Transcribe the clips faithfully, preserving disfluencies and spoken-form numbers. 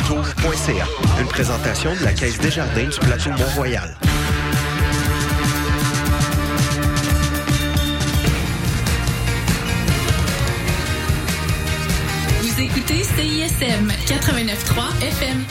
retour point c a. Une présentation de la Caisse Desjardins du plateau Mont-Royal. Vous écoutez C I S M quatre-vingt-neuf point trois F M.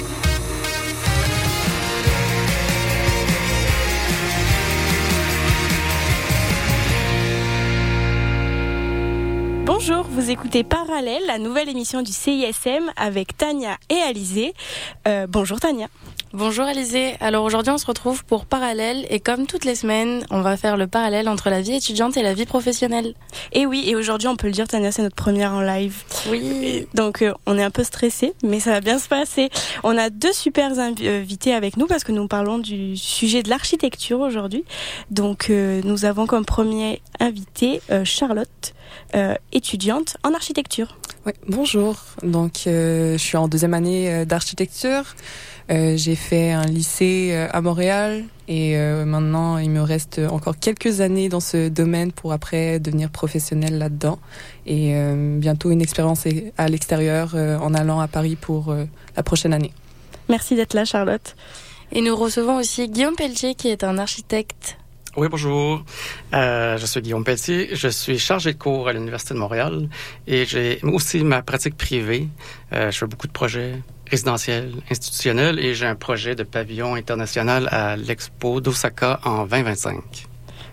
Bonjour, vous écoutez Parallèle, la nouvelle émission du C I S M avec Tania et Alizé. Euh, bonjour Tania. Bonjour Alizé. Alors aujourd'hui on se retrouve pour Parallèle et comme toutes les semaines, on va faire le parallèle entre la vie étudiante et la vie professionnelle. Et oui, et aujourd'hui on peut le dire Tania, c'est notre première en live. Oui. Donc euh, on est un peu stressés, mais ça va bien se passer. On a deux super invités avec nous parce que nous parlons du sujet de l'architecture aujourd'hui. Donc euh, nous avons comme premier invité euh, Charlotte, euh, étudiante en architecture. Oui, bonjour. Donc euh, je suis en deuxième année euh, d'architecture. Euh, j'ai fait un lycée euh, à Montréal et euh, maintenant il me reste encore quelques années dans ce domaine pour après devenir professionnelle là-dedans et euh, bientôt une expérience à l'extérieur euh, en allant à Paris pour euh, la prochaine année. Merci d'être là Charlotte. Et nous recevons aussi Guillaume Pelletier qui est un architecte. Oui, bonjour. Euh, je suis Guillaume Pelletier. Je suis chargé de cours à l'Université de Montréal et j'ai aussi ma pratique privée. Euh, je fais beaucoup de projets résidentiels, institutionnels et j'ai un projet de pavillon international à l'Expo d'Osaka en vingt vingt-cinq.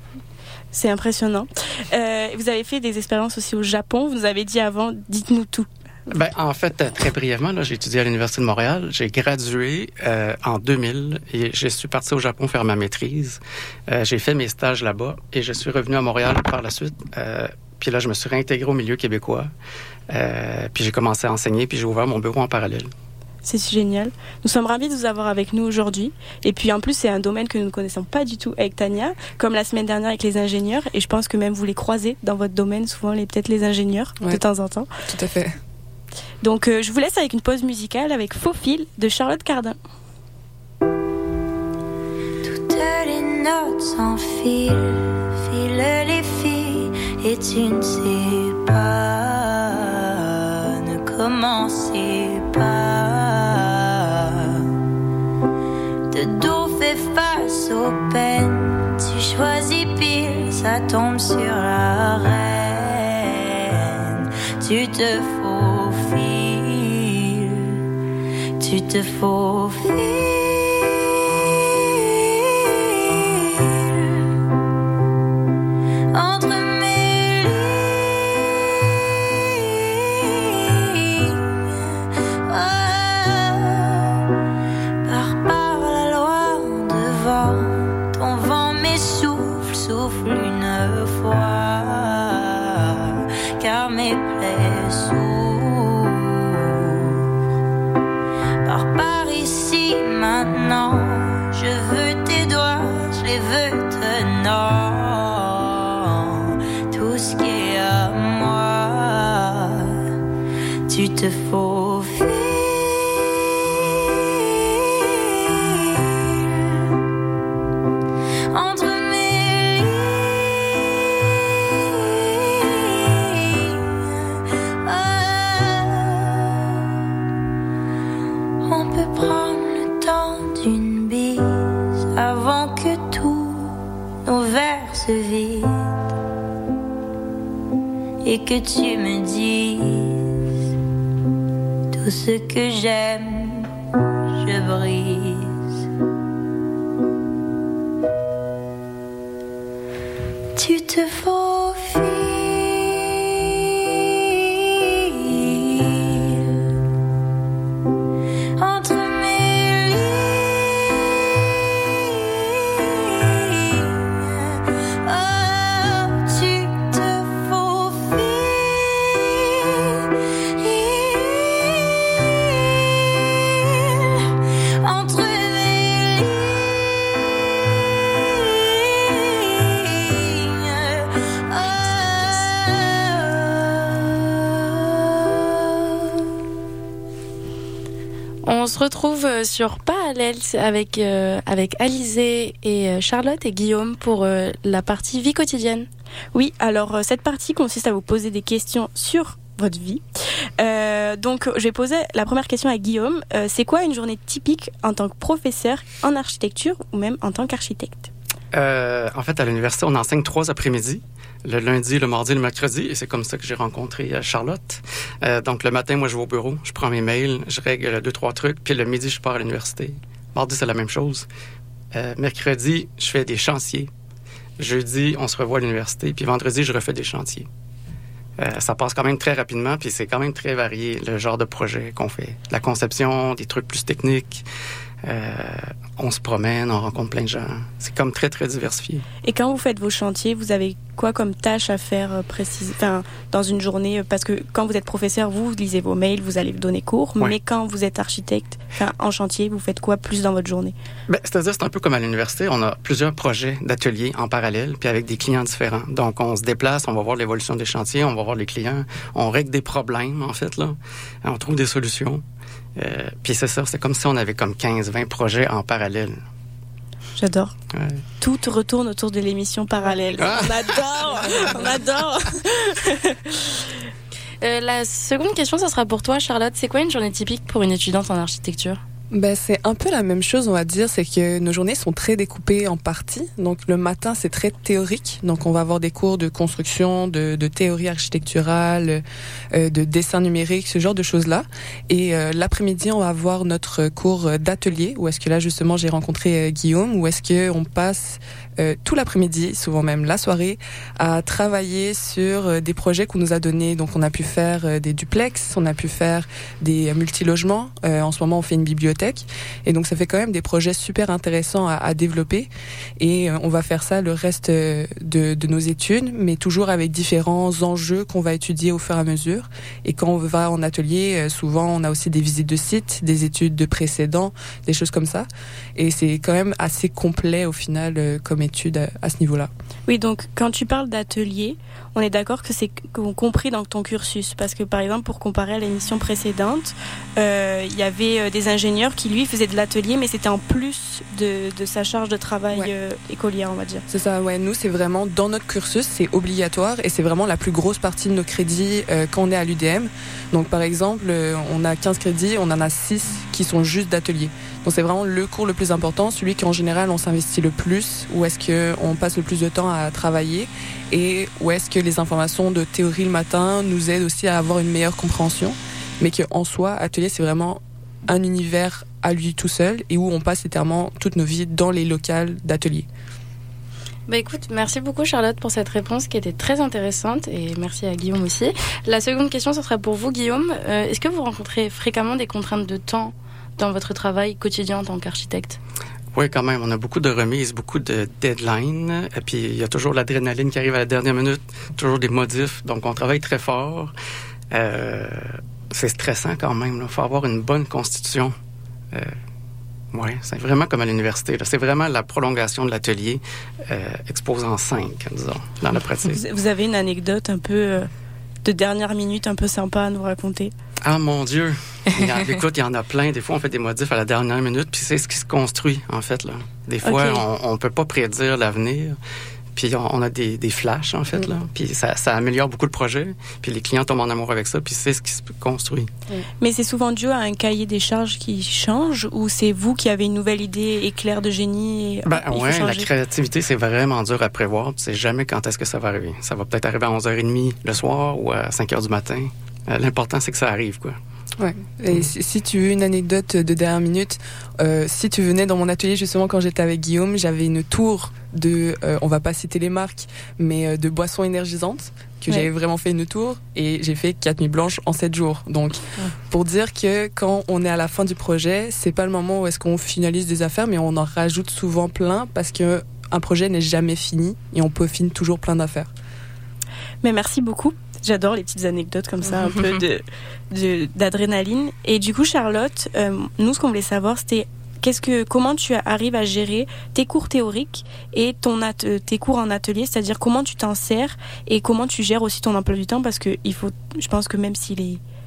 C'est impressionnant. Euh, vous avez fait des expériences aussi au Japon. Vous nous avez dit avant, dites-nous tout. Ben, en fait, très brièvement, là, j'ai étudié à l'Université de Montréal. J'ai gradué euh, en deux mille et je suis parti au Japon faire ma maîtrise. Euh, j'ai fait mes stages là-bas et je suis revenu à Montréal par la suite. Euh, puis là, je me suis réintégré au milieu québécois. Euh, puis j'ai commencé à enseigner puis j'ai ouvert mon bureau en parallèle. C'est génial. Nous sommes ravis de vous avoir avec nous aujourd'hui. Et puis en plus, c'est un domaine que nous ne connaissons pas du tout avec Tania, comme la semaine dernière avec les ingénieurs. Et je pense que même vous les croisez dans votre domaine, souvent les, peut-être les ingénieurs, ouais, de temps en temps. Tout à fait. Donc euh, je vous laisse avec une pause musicale avec Faux fil de Charlotte Cardin. Toutes les notes s'enfilent, filent les filles, et tu ne sais pas, ne commencez pas. De dos fait face aux peines, tu choisis pile, ça tombe sur la reine. Tu te faufiles, tu te faufiles. Tu te faufiles entre mes lignes. Oh, on peut prendre le temps d'une bise avant que tous nos verres se vident et que tu me dises tout ce que j'aime, je brise. Tu te faufiles entre mes lignes. Oh, tu te faufiles entre mes lignes. On se retrouve sur Parallèle avec, euh, avec Alizé et Charlotte et Guillaume pour euh, la partie vie quotidienne. Oui, alors euh, cette partie consiste à vous poser des questions sur votre vie. Euh, donc, je vais poser la première question à Guillaume. Euh, c'est quoi une journée typique en tant que professeur en architecture ou même en tant qu'architecte? Euh, en fait, à l'université, on enseigne trois après-midi. Le lundi, le mardi, le mercredi. Et c'est comme ça que j'ai rencontré Charlotte. Euh, donc, le matin, moi, je vais au bureau. Je prends mes mails. Je règle deux, trois trucs. Puis le midi, je pars à l'université. Mardi, c'est la même chose. Euh, mercredi, je fais des chantiers. Jeudi, on se revoit à l'université. Puis vendredi, je refais des chantiers. Euh, ça passe quand même très rapidement. Puis c'est quand même très varié, le genre de projet qu'on fait. La conception, des trucs plus techniques. Euh, on se promène, on rencontre plein de gens. C'est comme très, très diversifié. Et quand vous faites vos chantiers, vous avez quoi comme tâche à faire euh, précise, enfin, dans une journée? Parce que quand vous êtes professeur, vous, vous lisez vos mails, vous allez donner cours. Ouais. Mais quand vous êtes architecte, enfin, en chantier, vous faites quoi plus dans votre journée? Ben, c'est-à-dire, c'est un peu comme à l'université. On a plusieurs projets d'ateliers en parallèle, puis avec des clients différents. Donc, on se déplace, on va voir l'évolution des chantiers, on va voir les clients, on règle des problèmes, en fait, là. On trouve des solutions. Euh, puis c'est ça, c'est comme si on avait comme quinze vingt projets en parallèle. J'adore. Ouais. Tout retourne autour de l'émission Parallèle. Ah. On adore, on adore. euh, la seconde question, ça sera pour toi, Charlotte. C'est quoi une journée typique pour une étudiante en architecture? Ben, c'est un peu la même chose, on va dire, c'est que nos journées sont très découpées en parties. Donc, le matin, c'est très théorique. Donc, on va avoir des cours de construction, de, de théorie architecturale, euh, de dessin numérique, ce genre de choses-là. Et euh, l'après-midi, on va avoir notre cours d'atelier, où est-ce que là, justement, j'ai rencontré euh, Guillaume, où est-ce que on passe euh, tout l'après-midi, souvent même la soirée, à travailler sur euh, des projets qu'on nous a donnés. Donc, on a pu faire euh, des duplex, on a pu faire des multilogements. Euh, en ce moment, on fait une bibliothèque. Et donc, ça fait quand même des projets super intéressants à, à développer. Et euh, on va faire ça le reste de, de nos études, mais toujours avec différents enjeux qu'on va étudier au fur et à mesure. Et quand on va en atelier, euh, souvent, on a aussi des visites de sites, des études de précédents, des choses comme ça. Et c'est quand même assez complet, au final, euh, comme étude à, à ce niveau-là. Oui, donc, quand tu parles d'atelier, on est d'accord que c'est compris dans ton cursus. Parce que, par exemple, pour comparer à l'émission précédente, euh, il y avait des ingénieurs qui, lui, faisaient de l'atelier, mais c'était en plus de, de sa charge de travail ouais. euh, écolière, on va dire. C'est ça, ouais. Nous, c'est vraiment, dans notre cursus, c'est obligatoire et c'est vraiment la plus grosse partie de nos crédits euh, quand on est à l'U D M. Donc, par exemple, euh, on a quinze crédits, on en a six qui sont juste d'atelier. Donc, c'est vraiment le cours le plus important, celui qu'en général, on s'investit le plus, où est-ce qu'on passe le plus de temps à travailler et où est-ce que les informations de théorie le matin nous aident aussi à avoir une meilleure compréhension. Mais qu'en soi, atelier, c'est vraiment un univers à lui tout seul et où on passe littéralement toute nos vies dans les locales d'atelier. Bah écoute, merci beaucoup Charlotte pour cette réponse qui était très intéressante et merci à Guillaume aussi. La seconde question, ce sera pour vous Guillaume. Euh, est-ce que vous rencontrez fréquemment des contraintes de temps dans votre travail quotidien en tant qu'architecte? Oui, quand même. On a beaucoup de remises, beaucoup de deadlines. Et puis, il y a toujours l'adrénaline qui arrive à la dernière minute, toujours des modifs. Donc, on travaille très fort. Euh, c'est stressant quand même. Il faut avoir une bonne constitution. Euh, oui, c'est vraiment comme à l'université. Là. C'est vraiment la prolongation de l'atelier euh, exposant cinq, disons, dans la pratique. Vous avez une anecdote un peu euh, de dernière minute, un peu sympa à nous raconter? Ah, mon Dieu! Il y en, écoute, il y en a plein. Des fois, on fait des modifs à la dernière minute, puis c'est ce qui se construit, en fait. Là. Des fois, okay. on ne peut pas prédire l'avenir. Puis on, on a des, des flashs, en fait. Là. Puis ça, ça améliore beaucoup le projet. Puis les clients tombent en amour avec ça, puis c'est ce qui se construit. Mais c'est souvent dû à un cahier des charges qui change, ou c'est vous qui avez une nouvelle idée éclair de génie? Et, ben oui, la créativité, c'est vraiment dur à prévoir. Tu sais jamais quand est-ce que ça va arriver. Ça va peut-être arriver à onze heures trente le soir ou à cinq heures du matin. Euh, l'important, c'est que ça arrive, quoi. Ouais. Et si, si tu veux une anecdote de dernière minute, euh, si tu venais dans mon atelier justement quand j'étais avec Guillaume, j'avais une tour de, euh, on va pas citer les marques, mais euh, de boissons énergisantes que ouais. j'avais vraiment fait une tour et j'ai fait quatre nuits blanches en sept jours. Donc, ouais. pour dire que quand on est à la fin du projet, c'est pas le moment où est-ce qu'on finalise des affaires, mais on en rajoute souvent plein parce que un projet n'est jamais fini et on peaufine toujours plein d'affaires. Mais merci beaucoup. J'adore les petites anecdotes comme ça, un peu de, de, d'adrénaline. Et du coup, Charlotte, euh, nous, ce qu'on voulait savoir, c'était qu'est-ce que, comment tu arrives à gérer tes cours théoriques et ton at- tes cours en atelier, c'est-à-dire comment tu t'en sers et comment tu gères aussi ton emploi du temps, parce que il faut, je pense que même si les,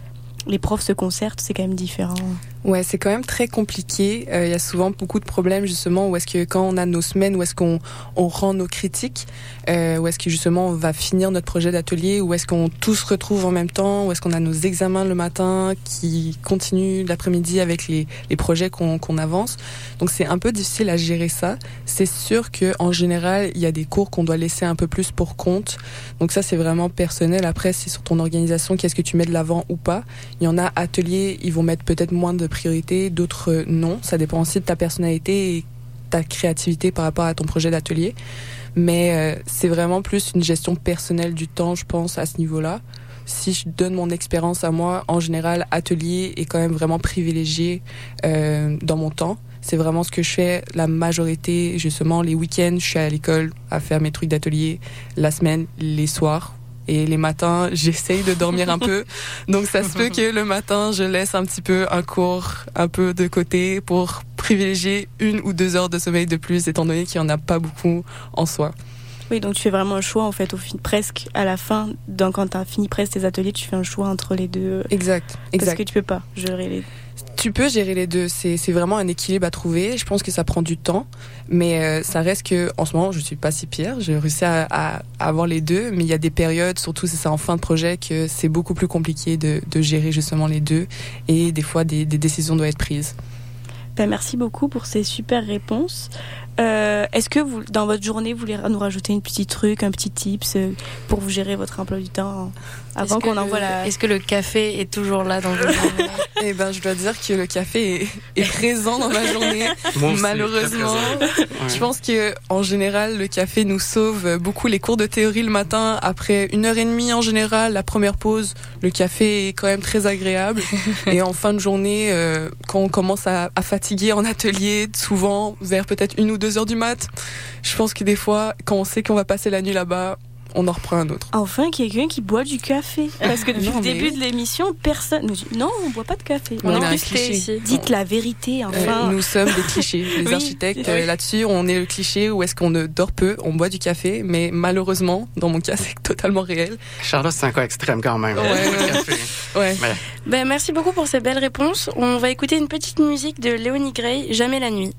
les profs se concertent, c'est quand même différent. Ouais, c'est quand même très compliqué. Il euh, y a souvent beaucoup de problèmes justement où est-ce que quand on a nos semaines, où est-ce qu'on on rend nos critiques, euh, où est-ce que justement on va finir notre projet d'atelier, où est-ce qu'on tous se retrouve en même temps, où est-ce qu'on a nos examens le matin qui continuent l'après-midi avec les, les projets qu'on, qu'on avance. Donc c'est un peu difficile à gérer ça. C'est sûr que en général, il y a des cours qu'on doit laisser un peu plus pour compte. Donc ça c'est vraiment personnel. Après c'est sur ton organisation, qu'est-ce que tu mets de l'avant ou pas. Il y en a ateliers, ils vont mettre peut-être moins de priorité, d'autres non. Ça dépend aussi de ta personnalité et ta créativité par rapport à ton projet d'atelier. Mais euh, c'est vraiment plus une gestion personnelle du temps, je pense, à ce niveau-là. Si je donne mon expérience à moi, en général, atelier est quand même vraiment privilégié euh, dans mon temps. C'est vraiment ce que je fais la majorité, justement, les week-ends, je suis à l'école à faire mes trucs d'atelier, la semaine, les soirs. Et les matins, j'essaye de dormir un peu. Donc ça se peut que le matin, je laisse un petit peu un cours un peu de côté pour privilégier une ou deux heures de sommeil de plus, étant donné qu'il n'y en a pas beaucoup en soi. Oui, donc tu fais vraiment un choix, en fait, au fin, presque à la fin, donc, quand tu as fini presque tes ateliers, tu fais un choix entre les deux. Exact, exact. Parce que tu peux pas gérer les deux. Tu peux gérer les deux, c'est, c'est vraiment un équilibre à trouver. Je pense que ça prend du temps, mais euh, ça reste que, en ce moment, je suis pas si pire. J'ai réussi à, à, à avoir les deux, mais il y a des périodes, surtout c'est ça en fin de projet, que c'est beaucoup plus compliqué de, de gérer justement les deux, et des fois des, des décisions doivent être prises. Ben, merci beaucoup pour ces super réponses. Euh, est-ce que vous, dans votre journée, vous voulez nous rajouter un petit truc, un petit tips euh, pour vous gérer votre emploi du temps avant qu'on envoie la... Est-ce que le café est toujours là dans vos journées? Eh ben, je dois dire que le café est, est présent dans ma journée. Moi aussi, malheureusement. ouais. Je pense que en général, le café nous sauve beaucoup les cours de théorie le matin. Après une heure et demie en général, la première pause, le café est quand même très agréable. Et en fin de journée, euh, quand on commence à, à fatiguer en atelier, souvent vers peut-être une ou deux heures du mat, je pense que des fois, quand on sait qu'on va passer la nuit là-bas, on en reprend un autre. Enfin, quelqu'un qui boit du café. Parce que depuis non, le début oui. de l'émission, personne nous dit non, on boit pas de café. On, on a a un cliché ici. Dites la vérité, enfin. Euh, nous sommes des clichés. Les oui, architectes, oui. euh, là-dessus, on est le cliché où est-ce qu'on ne dort peu, on boit du café, mais malheureusement, dans mon cas, c'est totalement réel. Charlotte, c'est un cas extrême quand même. Ouais, ouais. Café. Ouais. Mais... Ben, merci beaucoup pour ces belles réponses. On va écouter une petite musique de Léonie Gray, Jamais la nuit.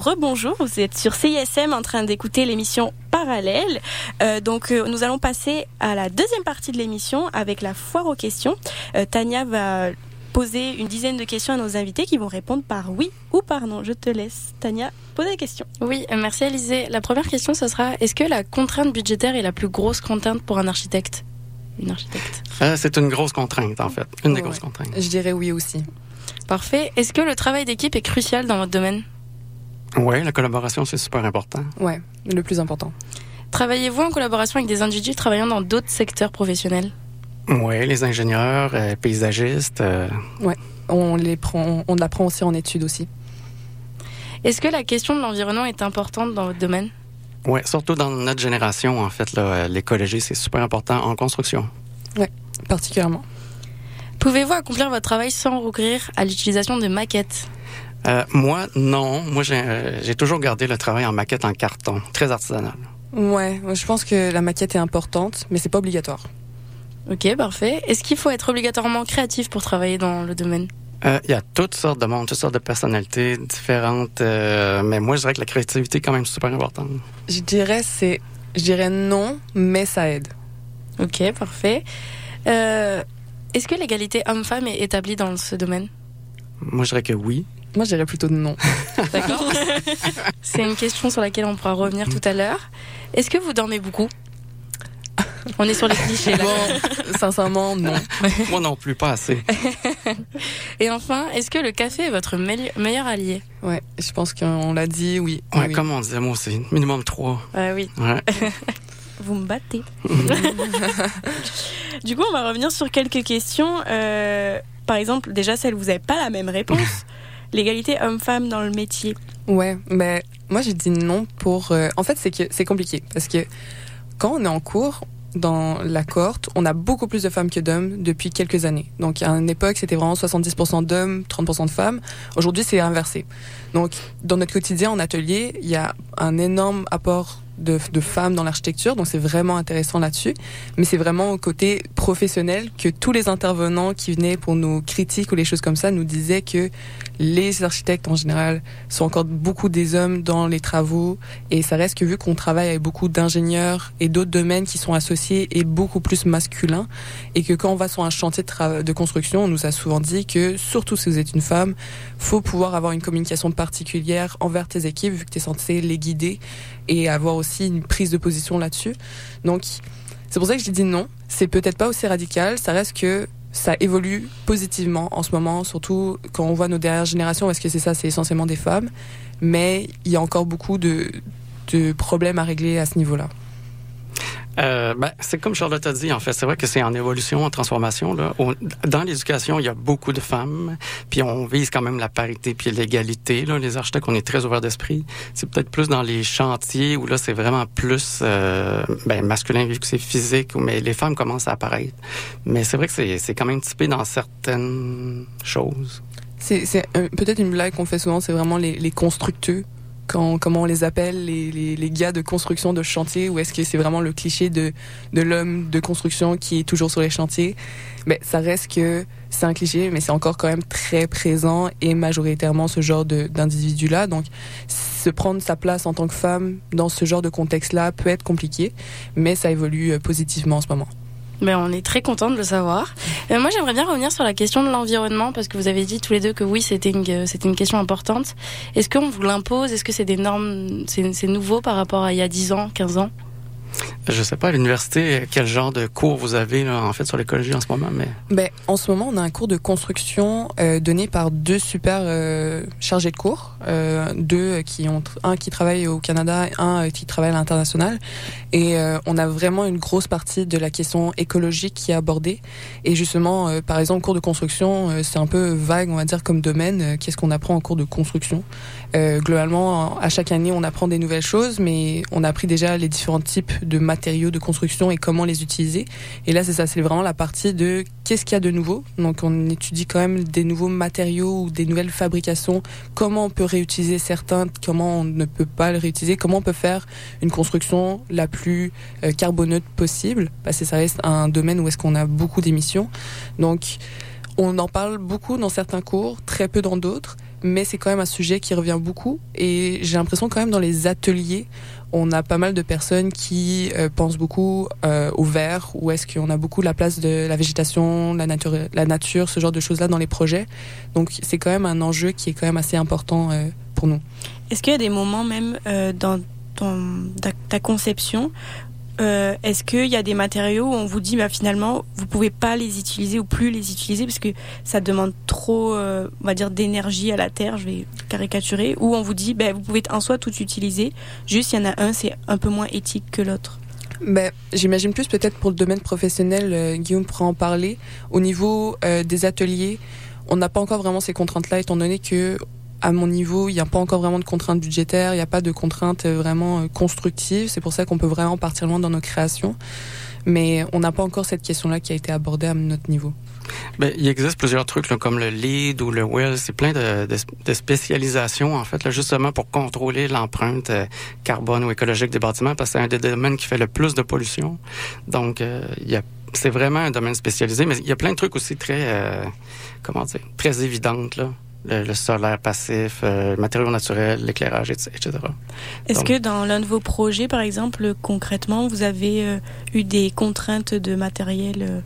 rebonjour, vous êtes sur C I S M en train d'écouter l'émission Parallèle. Euh, donc euh, nous allons passer à la deuxième partie de l'émission avec la foire aux questions. Euh, Tania va poser une dizaine de questions à nos invités qui vont répondre par oui ou par non. Je te laisse, Tania, poser la question. Oui, merci Alizée. La première question, ce sera, est-ce que la contrainte budgétaire est la plus grosse contrainte pour un architecte ? Une architecte. Euh, c'est une grosse contrainte, en fait. Une des Ouais. grosses contraintes. Je dirais oui aussi. Parfait. Est-ce que le travail d'équipe est crucial dans votre domaine ? Oui, la collaboration, c'est super important. Ouais, le plus important. Travaillez-vous en collaboration avec des individus travaillant dans d'autres secteurs professionnels ? Oui, les ingénieurs, euh, paysagistes. Euh... On les prend, on l'apprend aussi en études aussi. Est-ce que la question de l'environnement est importante dans votre domaine ? Oui, surtout dans notre génération, en fait, là, l'écologie, c'est super important en construction. Particulièrement. Pouvez-vous accomplir votre travail sans recourir à l'utilisation de maquettes ? Euh, moi, non. Moi, j'ai, euh, j'ai toujours gardé le travail en maquette en carton, très artisanal. Ouais, je pense que la maquette est importante, mais c'est pas obligatoire. Ok, parfait. Est-ce qu'il faut être obligatoirement créatif pour travailler dans le domaine ? Euh, Il y a toutes sortes de monde, toutes sortes de personnalités différentes, euh, mais moi, je dirais que la créativité est quand même super importante. Je dirais c'est, je dirais non, mais ça aide. Ok, parfait. Euh, est-ce que l'égalité homme-femme est établie dans ce domaine ? Moi, je dirais que oui. Moi, je dirais plutôt non. D'accord. C'est une question sur laquelle on pourra revenir tout à l'heure. Est-ce que vous dormez beaucoup ? On est sur les clichés là. Bon, sincèrement, non. Moi non plus, pas assez. Et enfin, est-ce que le café est votre me- meilleur allié ? Ouais, je pense qu'on l'a dit, oui. Ouais, oui. comme on disait, moi aussi, minimum trois. Ah oui. Ouais. Vous me battez. Du coup, on va revenir sur quelques questions. Euh, par exemple, déjà, celle où vous n'avez pas la même réponse. L'égalité homme-femme dans le métier. Ouais, mais moi j'ai dit non pour. Euh, en fait, c'est que c'est compliqué parce que quand on est en cours dans la cohorte, on a beaucoup plus de femmes que d'hommes depuis quelques années. Donc à une époque, c'était vraiment soixante-dix pour cent d'hommes, trente pour cent de femmes. Aujourd'hui, c'est inversé. Donc dans notre quotidien en atelier, il y a un énorme apport de, de femmes dans l'architecture, donc c'est vraiment intéressant là-dessus. Mais c'est vraiment au côté professionnel que tous les intervenants qui venaient pour nos critiques ou les choses comme ça nous disaient que les architectes en général sont encore beaucoup des hommes dans les travaux, et ça reste que vu qu'on travaille avec beaucoup d'ingénieurs et d'autres domaines qui sont associés et beaucoup plus masculins, et que quand on va sur un chantier de, tra- de construction, on nous a souvent dit que surtout si vous êtes une femme, faut pouvoir avoir une communication particulière envers tes équipes vu que tu es censé les guider et avoir aussi une prise de position là-dessus. Donc c'est pour ça que j'ai dit non. C'est peut-être pas aussi radical, ça reste que ça évolue positivement en ce moment, surtout quand on voit nos dernières générations, parce que c'est ça, c'est essentiellement des femmes. Mais il y a encore beaucoup de, de problèmes à régler à ce niveau-là. Euh, ben, c'est comme Charlotte a dit, en fait. C'est vrai que c'est en évolution, en transformation. Là. On, dans l'éducation, il y a beaucoup de femmes, puis on vise quand même la parité puis l'égalité. Là. Les architectes, on est très ouverts d'esprit. C'est peut-être plus dans les chantiers où là, c'est vraiment plus euh, ben, masculin vu que c'est physique, mais les femmes commencent à apparaître. Mais c'est vrai que c'est, c'est quand même typé dans certaines choses. C'est, c'est euh, peut-être une blague qu'on fait souvent, c'est vraiment les, les constructeurs. Quand, comment on les appelle, les, les, les gars de construction de chantier, ou est-ce que c'est vraiment le cliché de, de l'homme de construction qui est toujours sur les chantiers? Mais ça reste que c'est un cliché, mais c'est encore quand même très présent et majoritairement ce genre de, d'individu-là. Donc, se prendre sa place en tant que femme dans ce genre de contexte-là peut être compliqué, mais ça évolue positivement en ce moment. Ben, on est très contents de le savoir. Euh, moi, j'aimerais bien revenir sur la question de l'environnement, parce que vous avez dit tous les deux que oui, c'était une, c'était une question importante. Est-ce qu'on vous l'impose? Est-ce que c'est des normes, c'est, c'est nouveau par rapport à il y a dix ans, quinze ans? Je sais pas, à l'université, quel genre de cours vous avez là, en fait sur l'écologie en ce moment, mais... Ben, en ce moment, on a un cours de construction euh, donné par deux super euh, chargés de cours, euh, deux qui ont un qui travaille au Canada, et un euh, qui travaille à l'international, et euh, on a vraiment une grosse partie de la question écologique qui est abordée. Et justement, euh, par exemple, cours de construction, euh, c'est un peu vague, on va dire, comme domaine. Euh, qu'est-ce qu'on apprend en cours de construction? Euh, globalement, à chaque année, on apprend des nouvelles choses, mais on a appris déjà les différents types de matériaux de construction et comment les utiliser. Et là, c'est ça, c'est vraiment la partie de qu'est-ce qu'il y a de nouveau. Donc, on étudie quand même des nouveaux matériaux ou des nouvelles fabrications, comment on peut réutiliser certains, comment on ne peut pas les réutiliser, comment on peut faire une construction la plus euh, carboneutre possible, parce que ça reste un domaine où est-ce qu'on a beaucoup d'émissions. Donc, on en parle beaucoup dans certains cours, très peu dans d'autres, mais c'est quand même un sujet qui revient beaucoup. Et j'ai l'impression quand même dans les ateliers, on a pas mal de personnes qui euh, pensent beaucoup euh, au vert, où est-ce qu'on a beaucoup la place de la végétation, la nature, la nature, ce genre de choses-là dans les projets. Donc c'est quand même un enjeu qui est quand même assez important euh, pour nous. Est-ce qu'il y a des moments même euh, dans ton, ta, ta conception, euh, est-ce qu'il y a des matériaux où on vous dit bah, finalement vous pouvez pas les utiliser ou plus les utiliser parce que ça demande trop, euh, on va dire, d'énergie à la terre, je vais caricaturer, ou on vous dit bah, vous pouvez en soi tout utiliser, juste il y en a un c'est un peu moins éthique que l'autre? Ben, j'imagine plus peut-être pour le domaine professionnel, euh, Guillaume pourra en parler. Au niveau euh, des ateliers, on n'a pas encore vraiment ces contraintes-là, étant donné que à mon niveau, il n'y a pas encore vraiment de contraintes budgétaires, il n'y a pas de contraintes vraiment constructives. C'est pour ça qu'on peut vraiment partir loin dans nos créations. Mais on n'a pas encore cette question-là qui a été abordée à notre niveau. Ben, il existe plusieurs trucs là, comme le LEED ou le WELL. C'est plein de, de, de spécialisations, en fait, là, justement pour contrôler l'empreinte euh, carbone ou écologique des bâtiments, parce que c'est un des domaines qui fait le plus de pollution. Donc, euh, il y a c'est vraiment un domaine spécialisé, mais il y a plein de trucs aussi très, euh, comment dire, très évidentes, là. Le, le solaire passif, euh, le matériau naturel, l'éclairage, et cetera. Est-ce Donc, que dans l'un de vos projets, par exemple, concrètement, vous avez euh, eu des contraintes de matériel euh,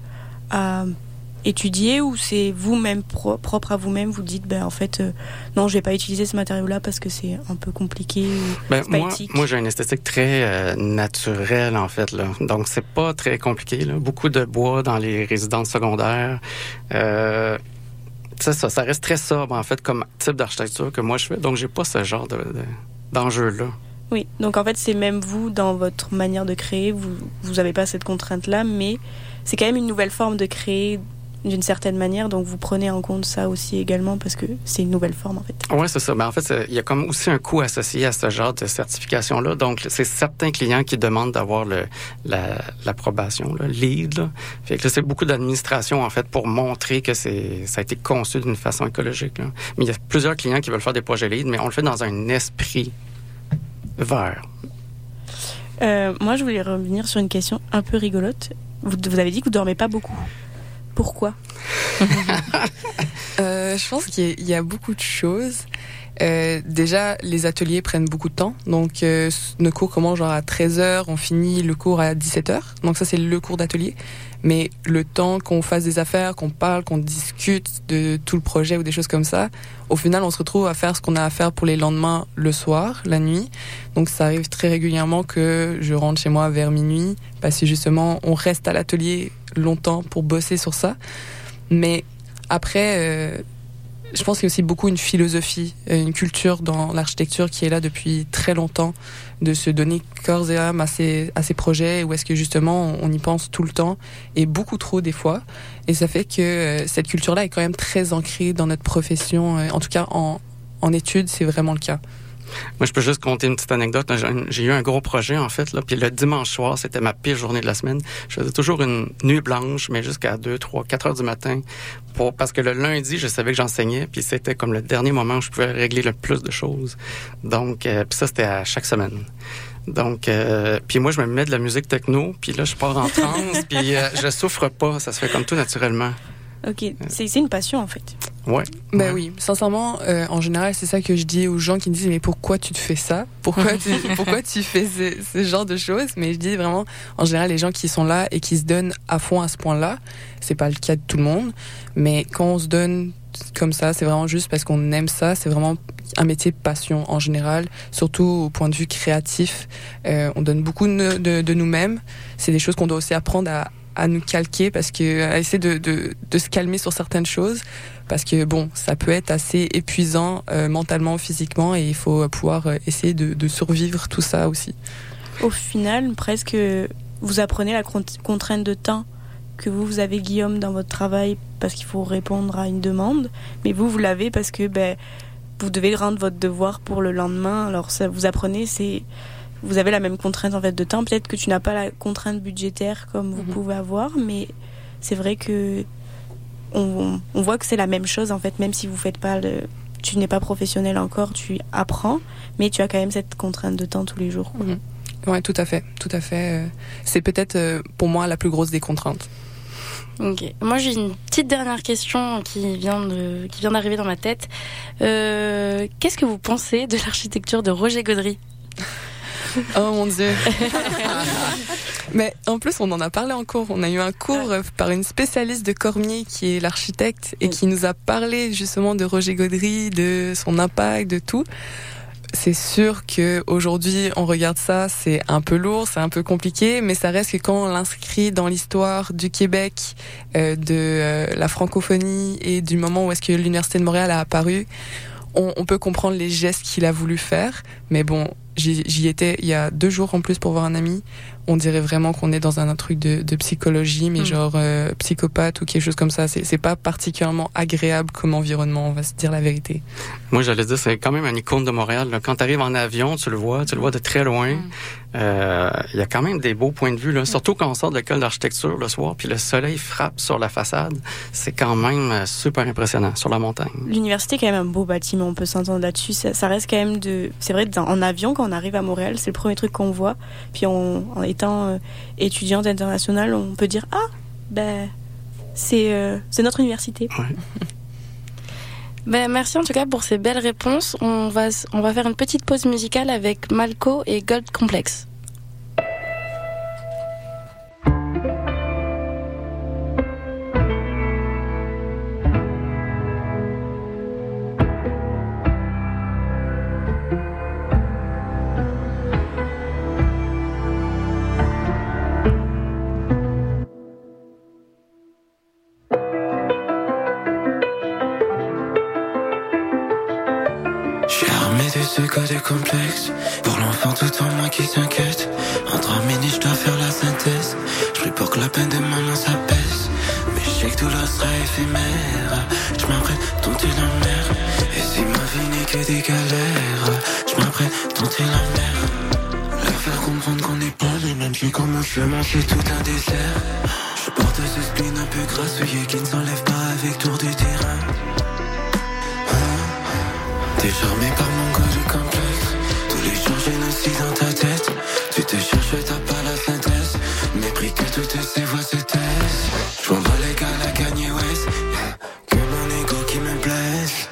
à étudier, ou c'est vous-même, pro- propre à vous-même, vous dites, ben, en fait, euh, non, je vais pas utiliser ce matériau-là parce que c'est un peu compliqué, ben, c'est pas moi, éthique? moi, j'ai une esthétique très euh, naturelle, en fait, là. Donc, c'est pas très compliqué, là. Beaucoup de bois dans les résidences secondaires. Euh, Ça, ça, ça reste très sobre, en fait, comme type d'architecture que moi je fais. Donc, j'ai pas ce genre de, de, d'enjeu-là. Oui, donc en fait, c'est même vous, dans votre manière de créer, vous vous avez pas cette contrainte-là, mais c'est quand même une nouvelle forme de créer d'une certaine manière, donc vous prenez en compte ça aussi également parce que c'est une nouvelle forme, en fait. Oui, c'est ça. Mais en fait, il y a comme aussi un coût associé à ce genre de certification-là. Donc, c'est certains clients qui demandent d'avoir le, la, l'approbation, le LEED. Là. Fait que là, c'est beaucoup d'administration, en fait, pour montrer que c'est, ça a été conçu d'une façon écologique. Là. Mais il y a plusieurs clients qui veulent faire des projets LEED, mais on le fait dans un esprit vert. Euh, moi, je voulais revenir sur une question un peu rigolote. Vous, vous avez dit que vous dormez pas beaucoup. Pourquoi? euh, Je pense qu'il y a, il y a beaucoup de choses. Euh, déjà, les ateliers prennent beaucoup de temps. Donc, euh, nos cours commencent genre à treize heures, on finit le cours à dix-sept heures. Donc ça, c'est le cours d'atelier. Mais le temps qu'on fasse des affaires, qu'on parle, qu'on discute de tout le projet ou des choses comme ça, au final, on se retrouve à faire ce qu'on a à faire pour les lendemains le soir, la nuit. Donc ça arrive très régulièrement que je rentre chez moi vers minuit parce que justement, on reste à l'atelier longtemps pour bosser sur ça. Mais après... Euh, je pense qu'il y a aussi beaucoup une philosophie, une culture dans l'architecture qui est là depuis très longtemps, de se donner corps et âme à ces, à ces projets, où est-ce que justement on y pense tout le temps, et beaucoup trop des fois. Et ça fait que cette culture-là est quand même très ancrée dans notre profession. En tout cas, en, en études, c'est vraiment le cas. Moi, je peux juste compter une petite anecdote. J'ai eu un gros projet, en fait, là, puis le dimanche soir, c'était ma pire journée de la semaine. Je faisais toujours une nuit blanche, mais jusqu'à deux, trois, quatre heures du matin, pour, parce que le lundi, je savais que j'enseignais, puis c'était comme le dernier moment où je pouvais régler le plus de choses. Donc, euh, puis ça, c'était à chaque semaine. Donc, euh, puis moi, je me mets de la musique techno, puis là, je pars en transe, puis euh, je souffre pas, ça se fait comme tout naturellement. Ok, c'est, c'est une passion, en fait. Ouais. Ben ouais. oui, sincèrement, euh, en général, c'est ça que je dis aux gens qui me disent mais pourquoi tu te fais ça? Pourquoi tu, pourquoi tu fais ce, ce genre de choses? Mais je dis vraiment, en général, les gens qui sont là et qui se donnent à fond à ce point-là, c'est pas le cas de tout le monde, mais quand on se donne comme ça, c'est vraiment juste parce qu'on aime ça, c'est vraiment un métier de passion en général, surtout au point de vue créatif. Euh, on donne beaucoup de, de, de nous-mêmes. C'est des choses qu'on doit aussi apprendre à à nous calquer, parce que à essayer de, de, de se calmer sur certaines choses, parce que bon, ça peut être assez épuisant euh, mentalement, physiquement, et il faut pouvoir euh, essayer de, de survivre tout ça aussi. Au final, presque, vous apprenez la contrainte de temps que vous, vous avez, Guillaume, dans votre travail, parce qu'il faut répondre à une demande, mais vous, vous l'avez parce que ben, vous devez rendre votre devoir pour le lendemain. Alors ça, vous apprenez, c'est... Vous avez la même contrainte en fait de temps. Peut-être que tu n'as pas la contrainte budgétaire comme vous mmh. pouvez avoir, mais c'est vrai que on, on voit que c'est la même chose en fait. Même si vous faites pas le, tu n'es pas professionnel encore, tu apprends, mais tu as quand même cette contrainte de temps tous les jours. Mmh. Ouais, tout à fait, tout à fait. C'est peut-être pour moi la plus grosse des contraintes. Ok. Moi, j'ai une petite dernière question qui vient de, qui vient d'arriver dans ma tête. Euh, qu'est-ce que vous pensez de l'architecture de Roger Gaudry ? Oh mon Dieu. Mais en plus, on en a parlé en cours. On a eu un cours ouais. par une spécialiste de Cormier qui est l'architecte et qui nous a parlé justement de Roger Gaudry, de son impact, de tout. C'est sûr que aujourd'hui on regarde ça, c'est un peu lourd, c'est un peu compliqué, mais ça reste que quand on l'inscrit dans l'histoire du Québec, euh, de euh, la francophonie et du moment où est-ce que l'Université de Montréal a apparu, on, on peut comprendre les gestes qu'il a voulu faire. Mais bon, j'y, j'y étais il y a deux jours en plus pour voir un ami. On dirait vraiment qu'on est dans un, un truc de, de psychologie, mais mmh. genre euh, psychopathe ou quelque chose comme ça. C'est, c'est pas particulièrement agréable comme environnement, on va se dire la vérité. Moi, j'allais dire, c'est quand même une icône de Montréal. Là. Quand tu arrives en avion, tu le vois, tu le vois de très loin. Mmh. Euh, il y a quand même des beaux points de vue, là. Mmh. Surtout quand on sort de l'école d'architecture le soir, puis le soleil frappe sur la façade. C'est quand même super impressionnant sur la montagne. L'université est quand même un beau bâtiment, on peut s'entendre là-dessus. Ça, ça reste quand même de... C'est vrai, en avion, quand on arrive à Montréal, c'est le premier truc qu'on voit. Puis on, en étant euh, étudiante internationale, on peut dire « Ah, ben, c'est, euh, c'est notre université. Ouais. » Ben, merci en tout cas pour ces belles réponses. On va, on va faire une petite pause musicale avec Malco et Gold Complex. Ce côté complexe pour l'enfant tout en moi qui s'inquiète. En trois minutes je dois faire la synthèse. Je prie pour que la peine de maman s'apaise. Mais je sais que tout là sera éphémère. Je m'apprête tenter la mer. Et si ma vie n'est que des galères, je m'apprête tenter la mer. Leur faire comprendre qu'on n'est pas les mêmes. Puis comme un chemin c'est tout un désert. Je porte ce spleen un peu grassouillé qui ne s'enlève pas avec tour du terrain. T'es charmé par mon code complexe. Tous les jours génocide dans ta tête. Tu te cherches, t'as pas la synthèse. Mépris que toutes ces voix se taisent. J'vois pas les gars la Kanye West. Que mon ego qui me blesse.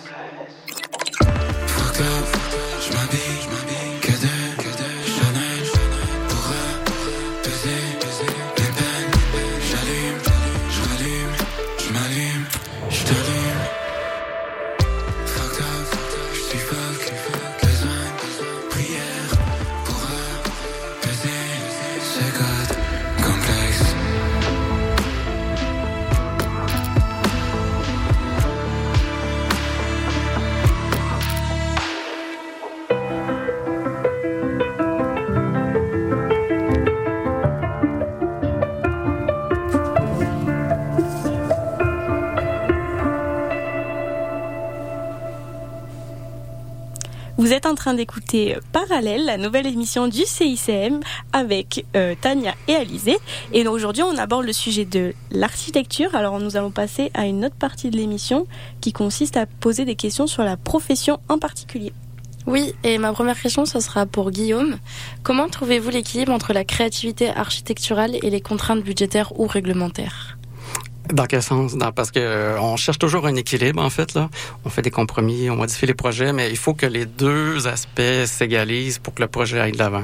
Fuck up, j'm'habille, que de Chanel. Pour peser les peines. J'allume, j'rallume, j'm'allume, j't'allume. Vous êtes en train d'écouter Parallèle, la nouvelle émission du C I C M avec euh, Tania et Alizé. Et aujourd'hui, on aborde le sujet de l'architecture. Alors, nous allons passer à une autre partie de l'émission qui consiste à poser des questions sur la profession en particulier. Oui, et ma première question, ce sera pour Guillaume. Comment trouvez-vous l'équilibre entre la créativité architecturale et les contraintes budgétaires ou réglementaires ? Dans quel sens? Dans, parce que euh, on cherche toujours un équilibre, en fait, là. On fait des compromis, on modifie les projets, mais il faut que les deux aspects s'égalisent pour que le projet aille de l'avant.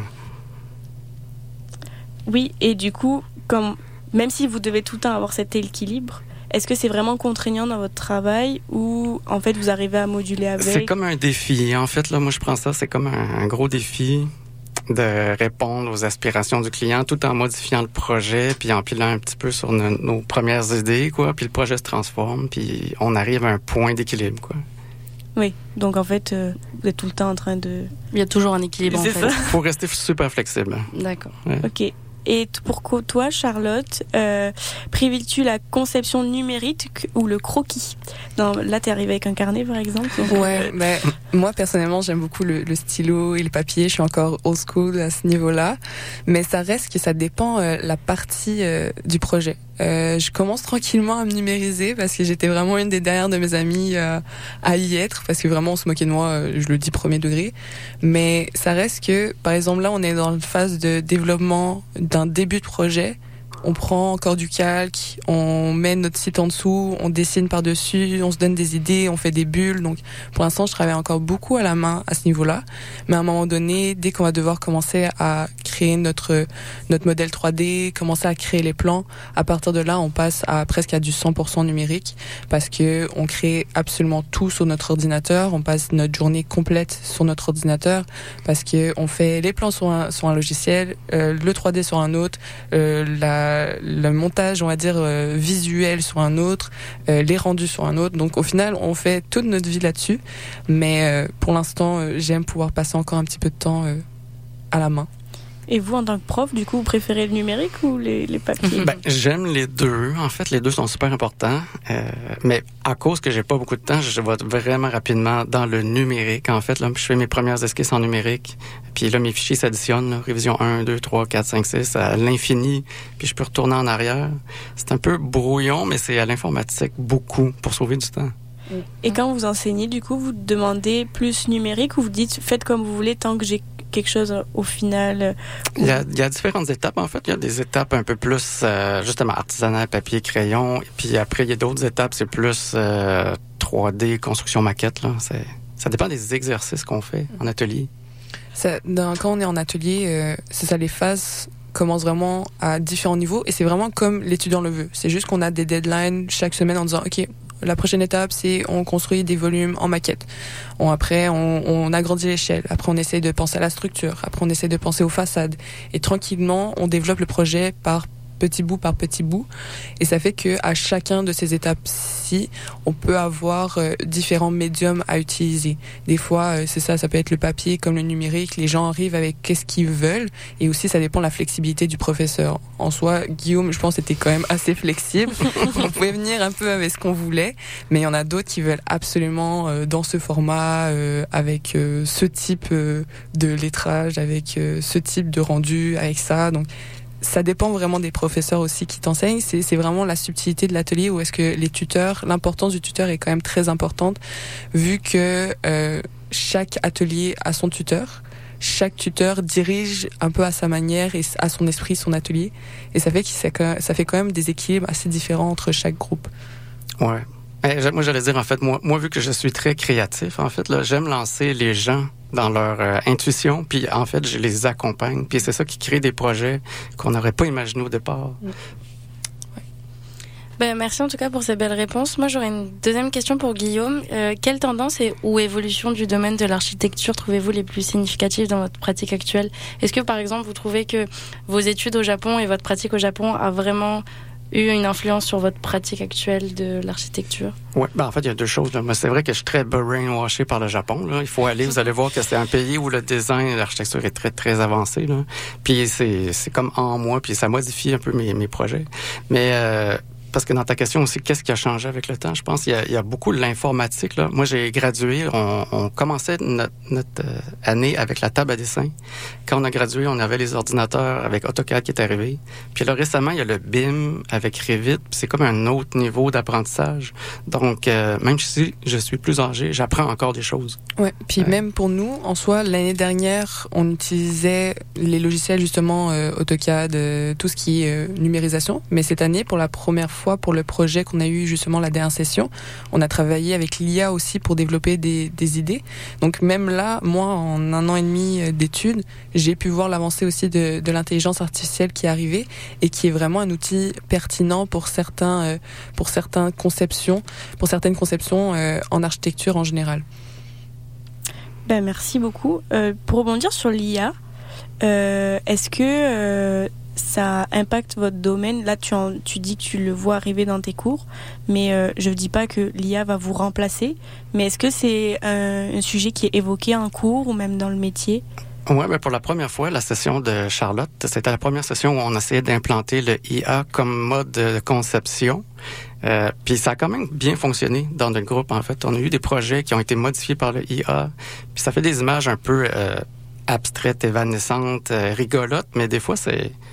Oui, et du coup, comme, même si vous devez tout le temps avoir cet équilibre, est-ce que c'est vraiment contraignant dans votre travail ou, en fait, vous arrivez à moduler avec? C'est comme un défi. En fait, là, moi, je prends ça, c'est comme un, un gros défi de répondre aux aspirations du client tout en modifiant le projet puis en pilant un petit peu sur nos, nos premières idées, quoi. Puis le projet se transforme puis on arrive à un point d'équilibre, quoi. Oui, donc en fait, euh, vous êtes tout le temps en train de... Il y a toujours un équilibre, c'est en fait. Ça. Faut rester super flexible. D'accord. Ouais. Ok. Et pour toi, Charlotte, euh, privilégies-tu la conception numérique ou le croquis? Non, là, t'es arrivée avec un carnet, par exemple. Donc... Ouais, mais moi, personnellement, j'aime beaucoup le, le stylo et le papier. Je suis encore old school à ce niveau-là. Mais ça reste que ça dépend euh, la partie euh, du projet. Euh, je commence tranquillement à me numériser parce que j'étais vraiment une des dernières de mes amies euh, à y être, parce que vraiment on se moquait de moi, euh, je le dis premier degré. Mais ça reste que, par exemple, là on est dans une phase de développement d'un début de projet. on prend encore du calque, on met notre site en dessous, on dessine par-dessus, on se donne des idées, on fait des bulles. Donc, pour l'instant, je travaille encore beaucoup à la main à ce niveau-là. Mais à un moment donné, dès qu'on va devoir commencer à créer notre notre modèle trois D, commencer à créer les plans, à partir de là, on passe à presque à du cent pour cent numérique parce que on crée absolument tout sur notre ordinateur. On passe notre journée complète sur notre ordinateur parce que on fait les plans sur un sur un logiciel, euh, le trois D sur un autre, euh, la, le montage, on va dire euh, visuel sur un autre, euh, les rendus sur un autre. Donc au final, on fait toute notre vie là-dessus. Mais euh, pour l'instant, euh, j'aime pouvoir passer encore un petit peu de temps euh, à la main. Et vous, en tant que prof, du coup, vous préférez le numérique ou les, les papiers? Ben, j'aime les deux. En fait, les deux sont super importants. Euh, mais à cause que j'ai pas beaucoup de temps, je vais vraiment rapidement dans le numérique. En fait, là, je fais mes premières esquisses en numérique. Puis là, mes fichiers s'additionnent. Là, révision un, deux, trois, quatre, cinq, six, à l'infini. Puis je peux retourner en arrière. C'est un peu brouillon, mais c'est à l'informatique beaucoup pour sauver du temps. Et quand vous enseignez, du coup, vous demandez plus numérique ou vous dites faites comme vous voulez tant que j'ai quelque chose au final? Il y a, il y a différentes étapes, en fait. Il y a des étapes un peu plus, euh, justement, artisanal, papier, crayon. Et puis après, il y a d'autres étapes, c'est plus euh, trois D, construction maquette. Là. C'est, ça dépend des exercices qu'on fait en atelier. Ça, dans, quand on est en atelier, euh, c'est ça, les phases commencent vraiment à différents niveaux. Et c'est vraiment comme l'étudiant le veut. C'est juste qu'on a des deadlines chaque semaine en disant, OK, la prochaine étape, c'est on construit des volumes en maquette. On, après, on, on agrandit l'échelle. Après, on essaie de penser à la structure. Après, on essaie de penser aux façades. Et tranquillement, on développe le projet par petit bout par petit bout. Et ça fait que à chacun de ces étapes-ci, on peut avoir euh, différents médiums à utiliser. Des fois, euh, c'est ça, ça peut être le papier comme le numérique. Les gens arrivent avec qu'est-ce qu'ils veulent. Et aussi, ça dépend de la flexibilité du professeur. En soi, Guillaume, je pense, était quand même assez flexible. On pouvait venir un peu avec ce qu'on voulait. Mais il y en a d'autres qui veulent absolument euh, dans ce format, euh, avec euh, ce type euh, de lettrage, avec euh, ce type de rendu, avec ça. Donc, ça dépend vraiment des professeurs aussi qui t'enseignent. C'est, c'est vraiment la subtilité de l'atelier où est-ce que les tuteurs, l'importance du tuteur est quand même très importante vu que euh, chaque atelier a son tuteur. Chaque tuteur dirige un peu à sa manière et à son esprit son atelier. Et ça fait que ça fait quand même des équilibres assez différents entre chaque groupe. Ouais. Eh, moi, j'allais dire, en fait, moi, moi, vu que je suis très créatif, en fait, là, j'aime lancer les gens dans leur euh, intuition, puis en fait, je les accompagne. Puis c'est ça qui crée des projets qu'on n'aurait pas imaginés au départ. Ouais. Ben, merci en tout cas pour ces belles réponses. Moi, j'aurais une deuxième question pour Guillaume. Euh, quelles tendances et ou évolutions du domaine de l'architecture trouvez-vous les plus significatives dans votre pratique actuelle? Est-ce que, par exemple, vous trouvez que vos études au Japon et votre pratique au Japon a vraiment eu une influence sur votre pratique actuelle de l'architecture? Oui, ben en fait, il y a deux choses. Là. Moi, c'est vrai que je suis très brainwashé par le Japon. Là. Il faut aller, vous allez voir que c'est un pays où le design, l'architecture est très, très avancé. Là. Puis c'est, c'est comme en moi, puis ça modifie un peu mes, mes projets. Mais... Euh, parce que dans ta question aussi, qu'est-ce qui a changé avec le temps? Je pense qu'il y a, il y a beaucoup de l'informatique. Là. Moi, j'ai gradué, on, on commençait notre, notre euh, année avec la table à dessin. Quand on a gradué, on avait les ordinateurs avec AutoCAD qui est arrivé. Puis là, récemment, il y a le B I M avec Revit. C'est comme un autre niveau d'apprentissage. Donc, euh, même si je suis plus âgé, j'apprends encore des choses. Ouais. Puis euh, même pour nous, en soi, l'année dernière, on utilisait les logiciels justement euh, AutoCAD, euh, tout ce qui est euh, numérisation. Mais cette année, pour la première fois, pour le projet qu'on a eu justement la dernière session, on a travaillé avec l'I A aussi pour développer des, des idées. Donc même là, moi, en un an et demi d'études, j'ai pu voir l'avancée aussi de, de l'intelligence artificielle qui est arrivée et qui est vraiment un outil pertinent pour certains, euh, pour certaines conceptions, pour certaines conceptions euh, en architecture en général. Ben merci beaucoup. Euh, pour rebondir sur l'I A, euh, est-ce que euh, ça impacte votre domaine? Là, tu, en, tu dis que tu le vois arriver dans tes cours, mais euh, je ne dis pas que l'I A va vous remplacer, mais est-ce que c'est un, un sujet qui est évoqué en cours ou même dans le métier? Oui, mais pour la première fois, la session de Charlotte, c'était la première session où on essayait d'implanter le I A comme mode de conception. Euh, puis ça a quand même bien fonctionné dans notre groupe, en fait. On a eu des projets qui ont été modifiés par le I A, puis ça fait des images un peu euh, abstraites, évanescentes, euh, rigolotes, mais des fois, c'est...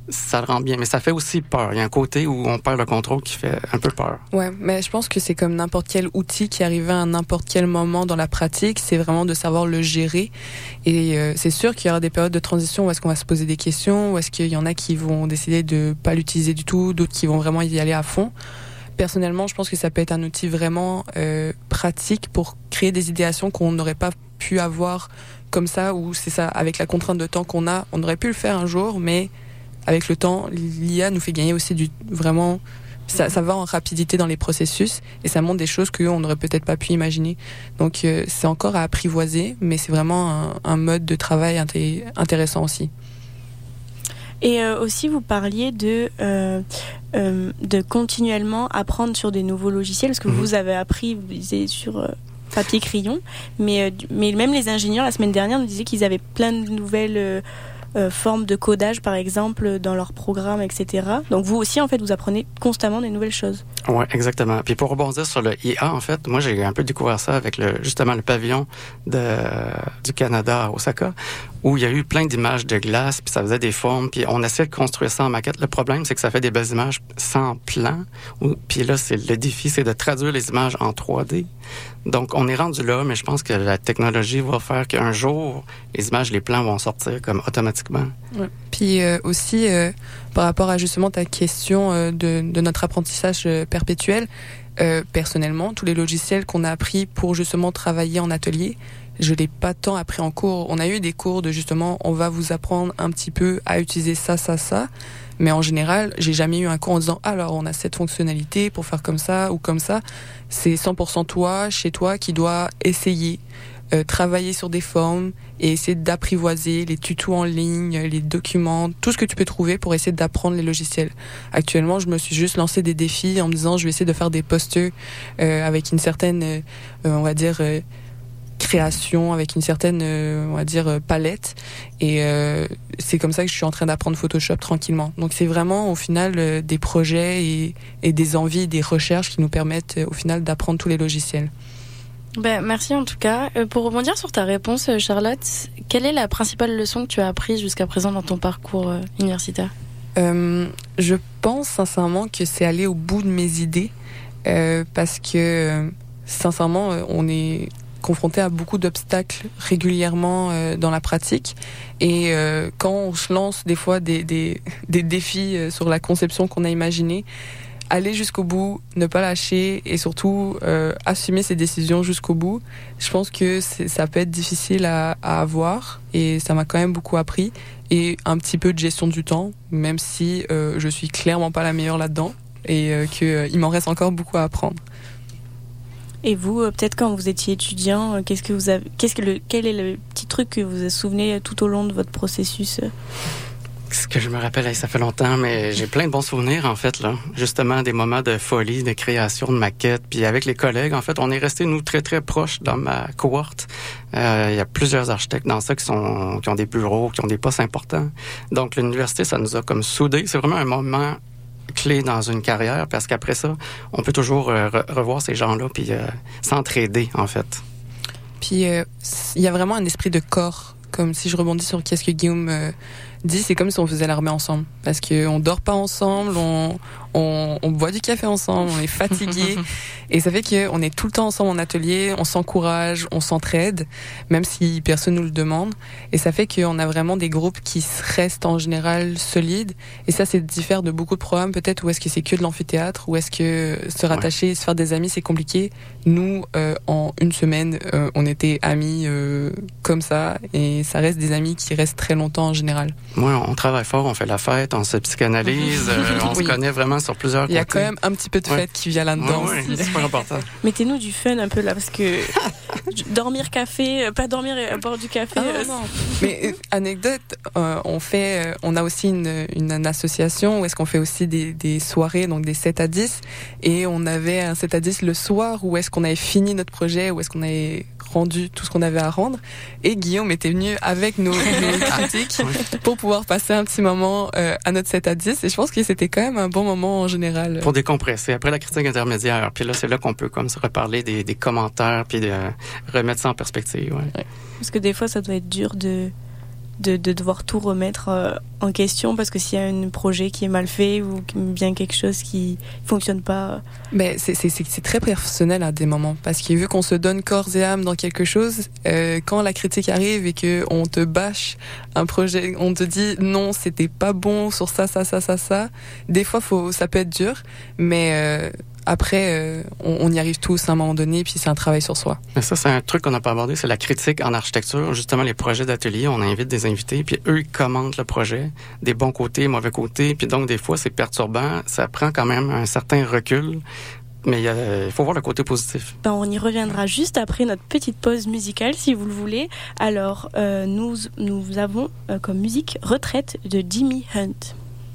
ça le rend bien. Mais ça fait aussi peur. Il y a un côté où on perd le contrôle qui fait un peu peur. Ouais, mais je pense que c'est comme n'importe quel outil qui arrive à n'importe quel moment dans la pratique. C'est vraiment de savoir le gérer. Et euh, c'est sûr qu'il y aura des périodes de transition où est-ce qu'on va se poser des questions, où est-ce qu'il y en a qui vont décider de pas l'utiliser du tout, d'autres qui vont vraiment y aller à fond. Personnellement, je pense que ça peut être un outil vraiment euh, pratique pour créer des idéations qu'on n'aurait pas pu avoir comme ça, ou c'est ça, avec la contrainte de temps qu'on a, on aurait pu le faire un jour, mais avec le temps, l'I A nous fait gagner aussi du vraiment, ça, ça va en rapidité dans les processus et ça montre des choses qu'on n'aurait peut-être pas pu imaginer. Donc euh, c'est encore à apprivoiser, mais c'est vraiment un, un mode de travail inté- intéressant aussi. Et euh, aussi, vous parliez de, euh, euh, de continuellement apprendre sur des nouveaux logiciels, parce que mmh. vous avez appris, vous disiez, sur euh, papier crayon, mais, euh, mais même les ingénieurs, la semaine dernière, nous disaient qu'ils avaient plein de nouvelles euh, euh, formes de codage, par exemple, dans leurs programmes, et cetera. Donc vous aussi, en fait, vous apprenez constamment des nouvelles choses. Oui, exactement. Puis pour rebondir sur le I A, en fait, moi, j'ai un peu découvert ça avec le, justement le pavillon de, du Canada à Osaka, où il y a eu plein d'images de glace, puis ça faisait des formes, puis on essayait de construire ça en maquette. Le problème, c'est que ça fait des belles images sans plan. Puis là, c'est le défi, c'est de traduire les images en trois D. Donc, on est rendu là, mais je pense que la technologie va faire qu'un jour, les images, les plans vont sortir comme automatiquement. Ouais. Puis euh, aussi, euh, par rapport à justement ta question euh, de, de notre apprentissage euh, perpétuel, euh, personnellement, tous les logiciels qu'on a appris pour justement travailler en atelier, je l'ai pas tant appris en cours. On a eu des cours de justement, on va vous apprendre un petit peu à utiliser ça, ça, ça. Mais en général, j'ai jamais eu un cours en disant alors on a cette fonctionnalité pour faire comme ça ou comme ça. C'est cent pour cent toi, chez toi, qui dois essayer, euh, travailler sur des formes et essayer d'apprivoiser les tutos en ligne, les documents, tout ce que tu peux trouver pour essayer d'apprendre les logiciels. Actuellement, je me suis juste lancé des défis en me disant je vais essayer de faire des posters euh, avec une certaine, euh, on va dire, euh, création, avec une certaine, euh, on va dire, euh, palette. Et euh, c'est comme ça que je suis en train d'apprendre Photoshop tranquillement. Donc c'est vraiment au final euh, des projets et, et des envies, des recherches qui nous permettent euh, au final d'apprendre tous les logiciels. Ben, merci en tout cas. Euh, pour rebondir sur ta réponse, Charlotte, quelle est la principale leçon que tu as apprise jusqu'à présent dans ton parcours euh, universitaire ? euh, Je pense sincèrement que c'est aller au bout de mes idées euh, parce que euh, sincèrement, euh, on est confronté à beaucoup d'obstacles régulièrement euh, dans la pratique et euh, quand on se lance des fois des, des, des défis euh, sur la conception qu'on a imaginée, aller jusqu'au bout, ne pas lâcher et surtout euh, assumer ses décisions jusqu'au bout, je pense que c'est, ça peut être difficile à, à avoir et ça m'a quand même beaucoup appris et un petit peu de gestion du temps, même si euh, je suis clairement pas la meilleure là-dedans et euh, qu'il euh, m'en reste encore beaucoup à apprendre. Et vous, euh, peut-être quand vous étiez étudiant, euh, qu'est-ce que vous avez, qu'est-ce que le, quel est le petit truc que vous vous souvenez tout au long de votre processus ? Ce que je me rappelle, ça fait longtemps, mais j'ai plein de bons souvenirs, en fait, là. Justement, des moments de folie, de création, de maquettes. Puis avec les collègues, en fait, on est restés, nous, très, très proches dans ma cohorte. Euh, il y a plusieurs architectes dans ça qui sont, qui ont des bureaux, qui ont des postes importants. Donc, l'université, ça nous a comme soudés. C'est vraiment un moment clé dans une carrière parce qu'après ça, on peut toujours euh, re- revoir ces gens-là puis euh, s'entraider, en fait. Puis, il euh, y a vraiment un esprit de corps. Comme si je rebondis sur qu'est-ce que Guillaume euh, dit, c'est comme si on faisait l'armée ensemble. Parce qu'on dort pas ensemble, on, on, on boit du café ensemble, on est fatigué. Et ça fait qu'on est tout le temps ensemble en atelier, on s'encourage, on s'entraide, même si personne nous le demande. Et ça fait qu'on a vraiment des groupes qui restent en général solides. Et ça, c'est diffère de beaucoup de programmes, peut-être, où est-ce que c'est que de l'amphithéâtre, où est-ce que se rattacher, ouais. se faire des amis, c'est compliqué. Nous, euh, en une semaine, euh, on était amis euh, comme ça. Et ça reste des amis qui restent très longtemps en général. Oui, on travaille fort, on fait la fête, on se psychanalyse, euh, on oui. se connaît vraiment sur plusieurs côtés. Il y a quand même un petit peu de fête ouais. qui vient là-dedans. Oui, oui, c'est super important. Mettez-nous du fun un peu là, parce que dormir café, pas dormir et boire du café. Ah, euh, non. Mais euh, anecdote, euh, on fait, euh, on a aussi une, une, une association où est-ce qu'on fait aussi des, des soirées, donc des sept à dix, et on avait un sept à dix le soir où est-ce qu'on avait fini notre projet, où est-ce qu'on avait rendu tout ce qu'on avait à rendre, et Guillaume était venu avec nos, nos critiques pour pouvoir passer un petit moment euh, à notre sept à dix, et je pense que c'était quand même un bon moment en général. Pour décompresser, après la critique intermédiaire, puis là c'est là qu'on peut comme se reparler des, des commentaires, puis de remettre ça en perspective. Ouais. Ouais. Parce que des fois ça doit être dur de de, de devoir tout remettre euh, en question parce que s'il y a un projet qui est mal fait ou bien quelque chose qui fonctionne pas. Mais c'est, c'est, c'est, c'est très personnel à des moments parce que vu qu'on se donne corps et âme dans quelque chose, euh, quand la critique arrive et que on te bâche un projet, on te dit non, c'était pas bon sur ça, ça, ça, ça, ça. Des fois, faut, ça peut être dur, mais euh, après, euh, on, on y arrive tous à un moment donné, puis c'est un travail sur soi. Mais ça, c'est un truc qu'on n'a pas abordé, c'est la critique en architecture. Justement, les projets d'atelier, on invite des invités, puis eux, ils commentent le projet, des bons côtés, mauvais côtés, puis donc des fois, c'est perturbant. Ça prend quand même un certain recul. Mais euh, il faut voir le côté positif. Ben, on y reviendra juste après notre petite pause musicale, si vous le voulez. Alors, euh, nous, nous avons euh, comme musique Retraite de Jimmy Hunt.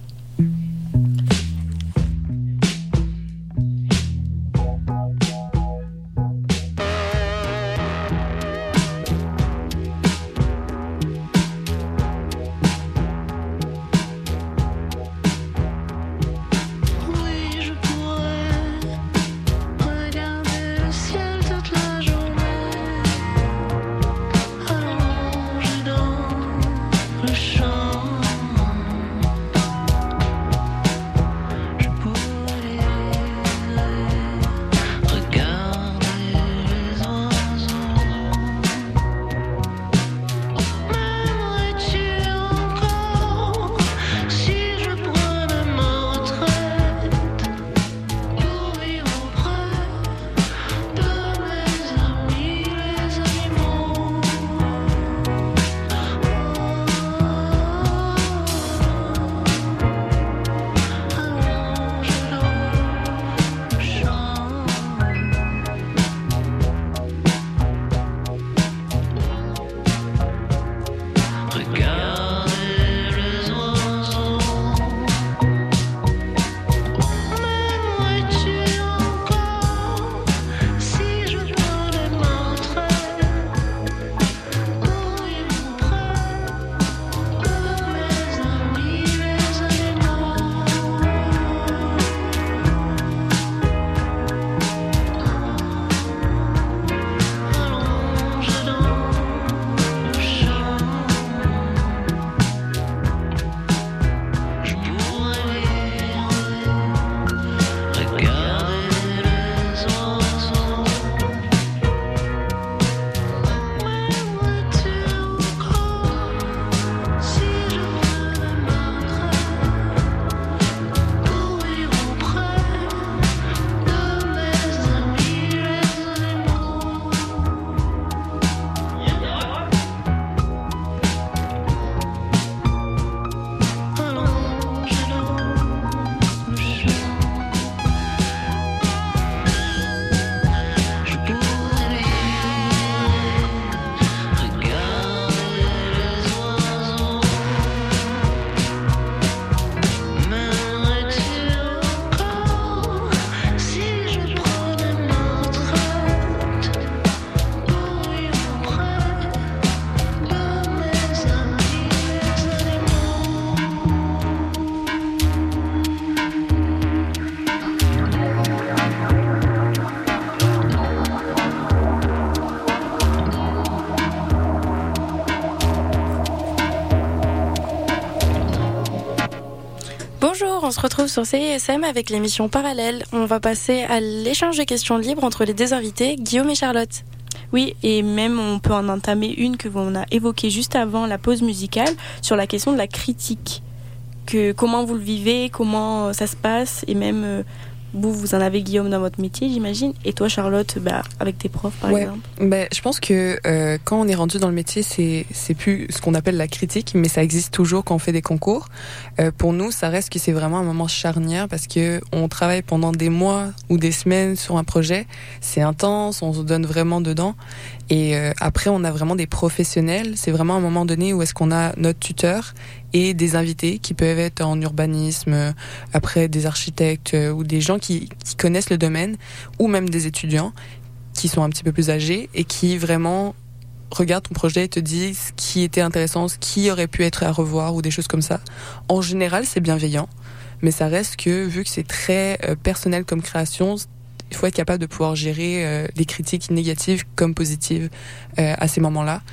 On se retrouve sur C I S M avec l'émission Parallèle. On va passer à l'échange de questions libres entre les deux invités, Guillaume et Charlotte. Oui, et même on peut en entamer une que l'on a évoquée juste avant la pause musicale sur la question de la critique. Que, comment vous le vivez, comment ça se passe, et même euh, vous, vous en avez, Guillaume, dans votre métier, j'imagine, et toi, Charlotte, bah, avec tes profs, par ouais. exemple. Ben, je pense que euh, quand on est rendu dans le métier, c'est c'est plus ce qu'on appelle la critique, mais ça existe toujours quand on fait des concours. Euh, pour nous, ça reste que c'est vraiment un moment charnière parce que on travaille pendant des mois ou des semaines sur un projet. C'est intense, on se donne vraiment dedans. Et euh, après, on a vraiment des professionnels. C'est vraiment un moment donné où est-ce qu'on a notre tuteur et des invités qui peuvent être en urbanisme, euh, après des architectes euh, ou des gens qui, qui connaissent le domaine, ou même des étudiants qui sont un petit peu plus âgés et qui vraiment regardent ton projet et te disent ce qui était intéressant, ce qui aurait pu être à revoir ou des choses comme ça. En général, c'est bienveillant, mais ça reste que, vu que c'est très euh, personnel comme création, il faut être capable de pouvoir gérer euh, les critiques négatives comme positives euh, à ces moments-là.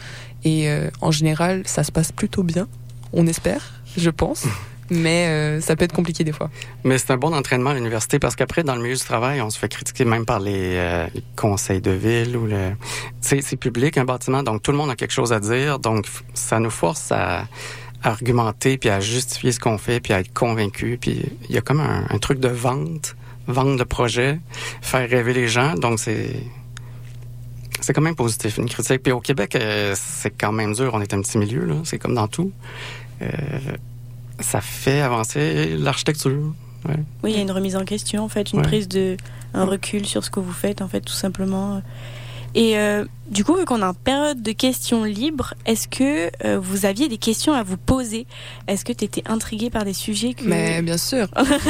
Et euh, en général, ça se passe plutôt bien, on espère, je pense. Mais euh, ça peut être compliqué des fois. Mais c'est un bon entraînement à l'université parce qu'après, dans le milieu du travail, on se fait critiquer même par les, euh, les conseils de ville ou le... C'est, c'est public, un bâtiment, donc tout le monde a quelque chose à dire. Donc, ça nous force à, à argumenter puis à justifier ce qu'on fait puis à être convaincu. Puis il y a comme un, un truc de vente, vente de projet, faire rêver les gens. Donc, c'est... C'est quand même positif, une critique. Puis au Québec, euh, c'est quand même dur. On est un petit milieu, là. C'est comme dans tout. Euh, ça fait avancer l'architecture. Ouais. Oui, il y a une remise en question, en fait, une ouais. prise de... un recul sur ce que vous faites, en fait, tout simplement. Et euh, du coup, vu qu'on est en période de questions libres, est-ce que euh, vous aviez des questions à vous poser? Est-ce que tu étais intriguée par des sujets que... Mais bien sûr.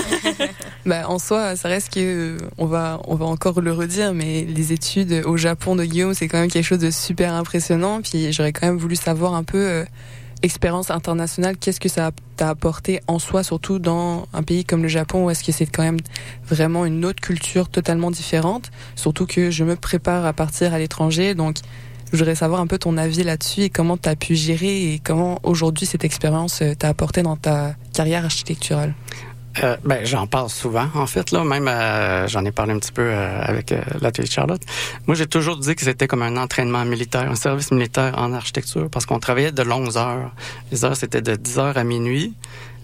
bah, en soi, ça reste que on va, on va encore le redire, mais les études au Japon de Guillaume, c'est quand même quelque chose de super impressionnant. Puis j'aurais quand même voulu savoir un peu euh, expérience internationale, qu'est-ce que ça t'a apporté en soi, surtout dans un pays comme le Japon, où est-ce que c'est quand même vraiment une autre culture totalement différente, surtout que je me prépare à partir à l'étranger, donc je voudrais savoir un peu ton avis là-dessus et comment tu as pu gérer et comment aujourd'hui cette expérience t'a apporté dans ta carrière architecturale. Euh, ben, j'en parle souvent, en fait, là. Même, euh, j'en ai parlé un petit peu euh, avec euh, l'atelier de Charlotte. Moi, j'ai toujours dit que c'était comme un entraînement militaire, un service militaire en architecture, parce qu'on travaillait de longues heures. Les heures, c'était de dix heures à minuit.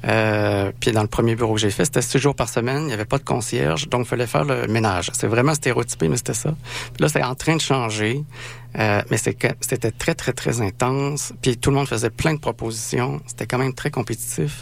Euh, puis dans le premier bureau que j'ai fait, c'était six jours par semaine. Il n'y avait pas de concierge, donc il fallait faire le ménage. C'est vraiment stéréotypé, mais c'était ça. Puis là, c'est en train de changer. Euh, mais c'est que, c'était très, très, très intense. Puis tout le monde faisait plein de propositions. C'était quand même très compétitif.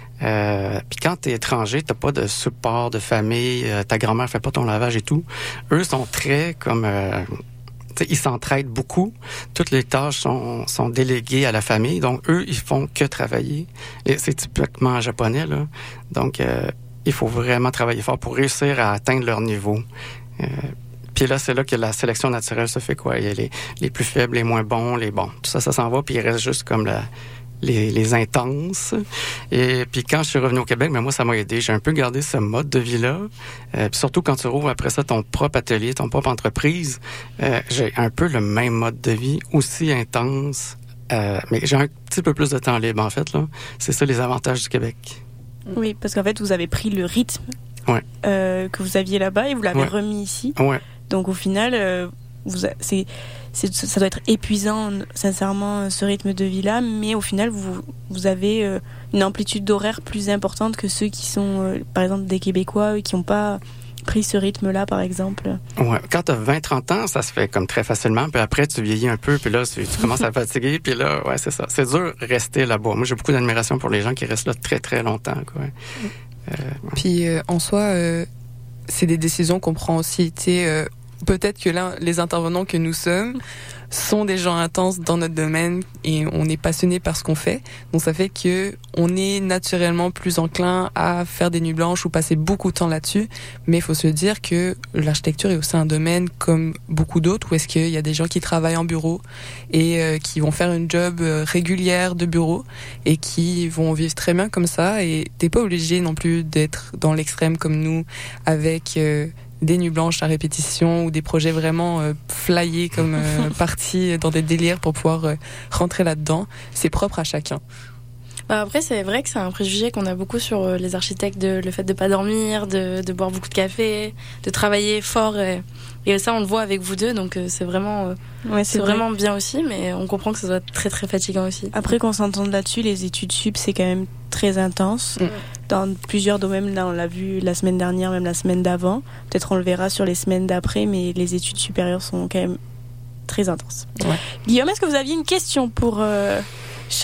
Euh, puis quand t'es étranger, t'as pas de support de famille, euh, ta grand-mère fait pas ton lavage et tout. Eux sont très comme, euh, tu sais, ils s'entraident beaucoup. Toutes les tâches sont, sont déléguées à la famille, donc eux ils font que travailler. Et c'est typiquement japonais là. Donc euh, il faut vraiment travailler fort pour réussir à atteindre leur niveau. Euh, Puis là, c'est là que la sélection naturelle se fait quoi. Il y a les, les plus faibles, les moins bons, les bons. Tout ça, ça s'en va. Puis il reste juste comme la Les, les intenses. Et puis quand je suis revenu au Québec, mais moi, ça m'a aidé. J'ai un peu gardé ce mode de vie-là. Euh, puis surtout quand tu rouvres après ça ton propre atelier, ton propre entreprise, euh, j'ai un peu le même mode de vie, aussi intense. Euh, mais j'ai un petit peu plus de temps libre, en fait. Là. C'est ça les avantages du Québec. Oui, parce qu'en fait, vous avez pris le rythme ouais. euh, que vous aviez là-bas et vous l'avez ouais. remis ici. Ouais. Donc au final, euh, vous a, c'est... C'est, ça doit être épuisant, sincèrement, ce rythme de vie-là, mais au final, vous, vous avez euh, une amplitude d'horaire plus importante que ceux qui sont, euh, par exemple, des Québécois qui n'ont pas pris ce rythme-là, par exemple. Ouais. Quand tu as vingt trente ans, ça se fait comme très facilement, puis après, tu vieillis un peu, puis là, tu, tu commences à fatiguer, puis là, ouais, c'est ça. C'est dur de rester là-bas. Moi, j'ai beaucoup d'admiration pour les gens qui restent là très, très longtemps, quoi. Euh, ouais. Puis, euh, en soi, euh, c'est des décisions qu'on prend aussi, tu sais... Euh, peut-être que là, les intervenants que nous sommes sont des gens intenses dans notre domaine et on est passionné par ce qu'on fait. Donc ça fait que on est naturellement plus enclin à faire des nuits blanches ou passer beaucoup de temps là-dessus. Mais il faut se dire que l'architecture est aussi un domaine comme beaucoup d'autres où est-ce qu'il y a des gens qui travaillent en bureau et euh, qui vont faire une job régulière de bureau et qui vont vivre très bien comme ça. Et t'es pas obligé non plus d'être dans l'extrême comme nous avec... Euh, des nuits blanches à répétition ou des projets vraiment euh, flyés comme euh, partis dans des délires pour pouvoir euh, rentrer là-dedans. C'est propre à chacun. Après, c'est vrai que c'est un préjugé qu'on a beaucoup sur les architectes, de, le fait de pas dormir, de, de boire beaucoup de café, de travailler fort. Et, et ça, on le voit avec vous deux, donc c'est vraiment, ouais, c'est c'est vraiment bien aussi, mais on comprend que ça doit être très très fatigant aussi. Après qu'on s'entende là-dessus, les études sup, c'est quand même très intense. Mm. Dans plusieurs domaines, là, on l'a vu la semaine dernière, même la semaine d'avant. Peut-être on le verra sur les semaines d'après, mais les études supérieures sont quand même très intenses. Ouais. Guillaume, est-ce que vous aviez une question pour euh, Charlotte ?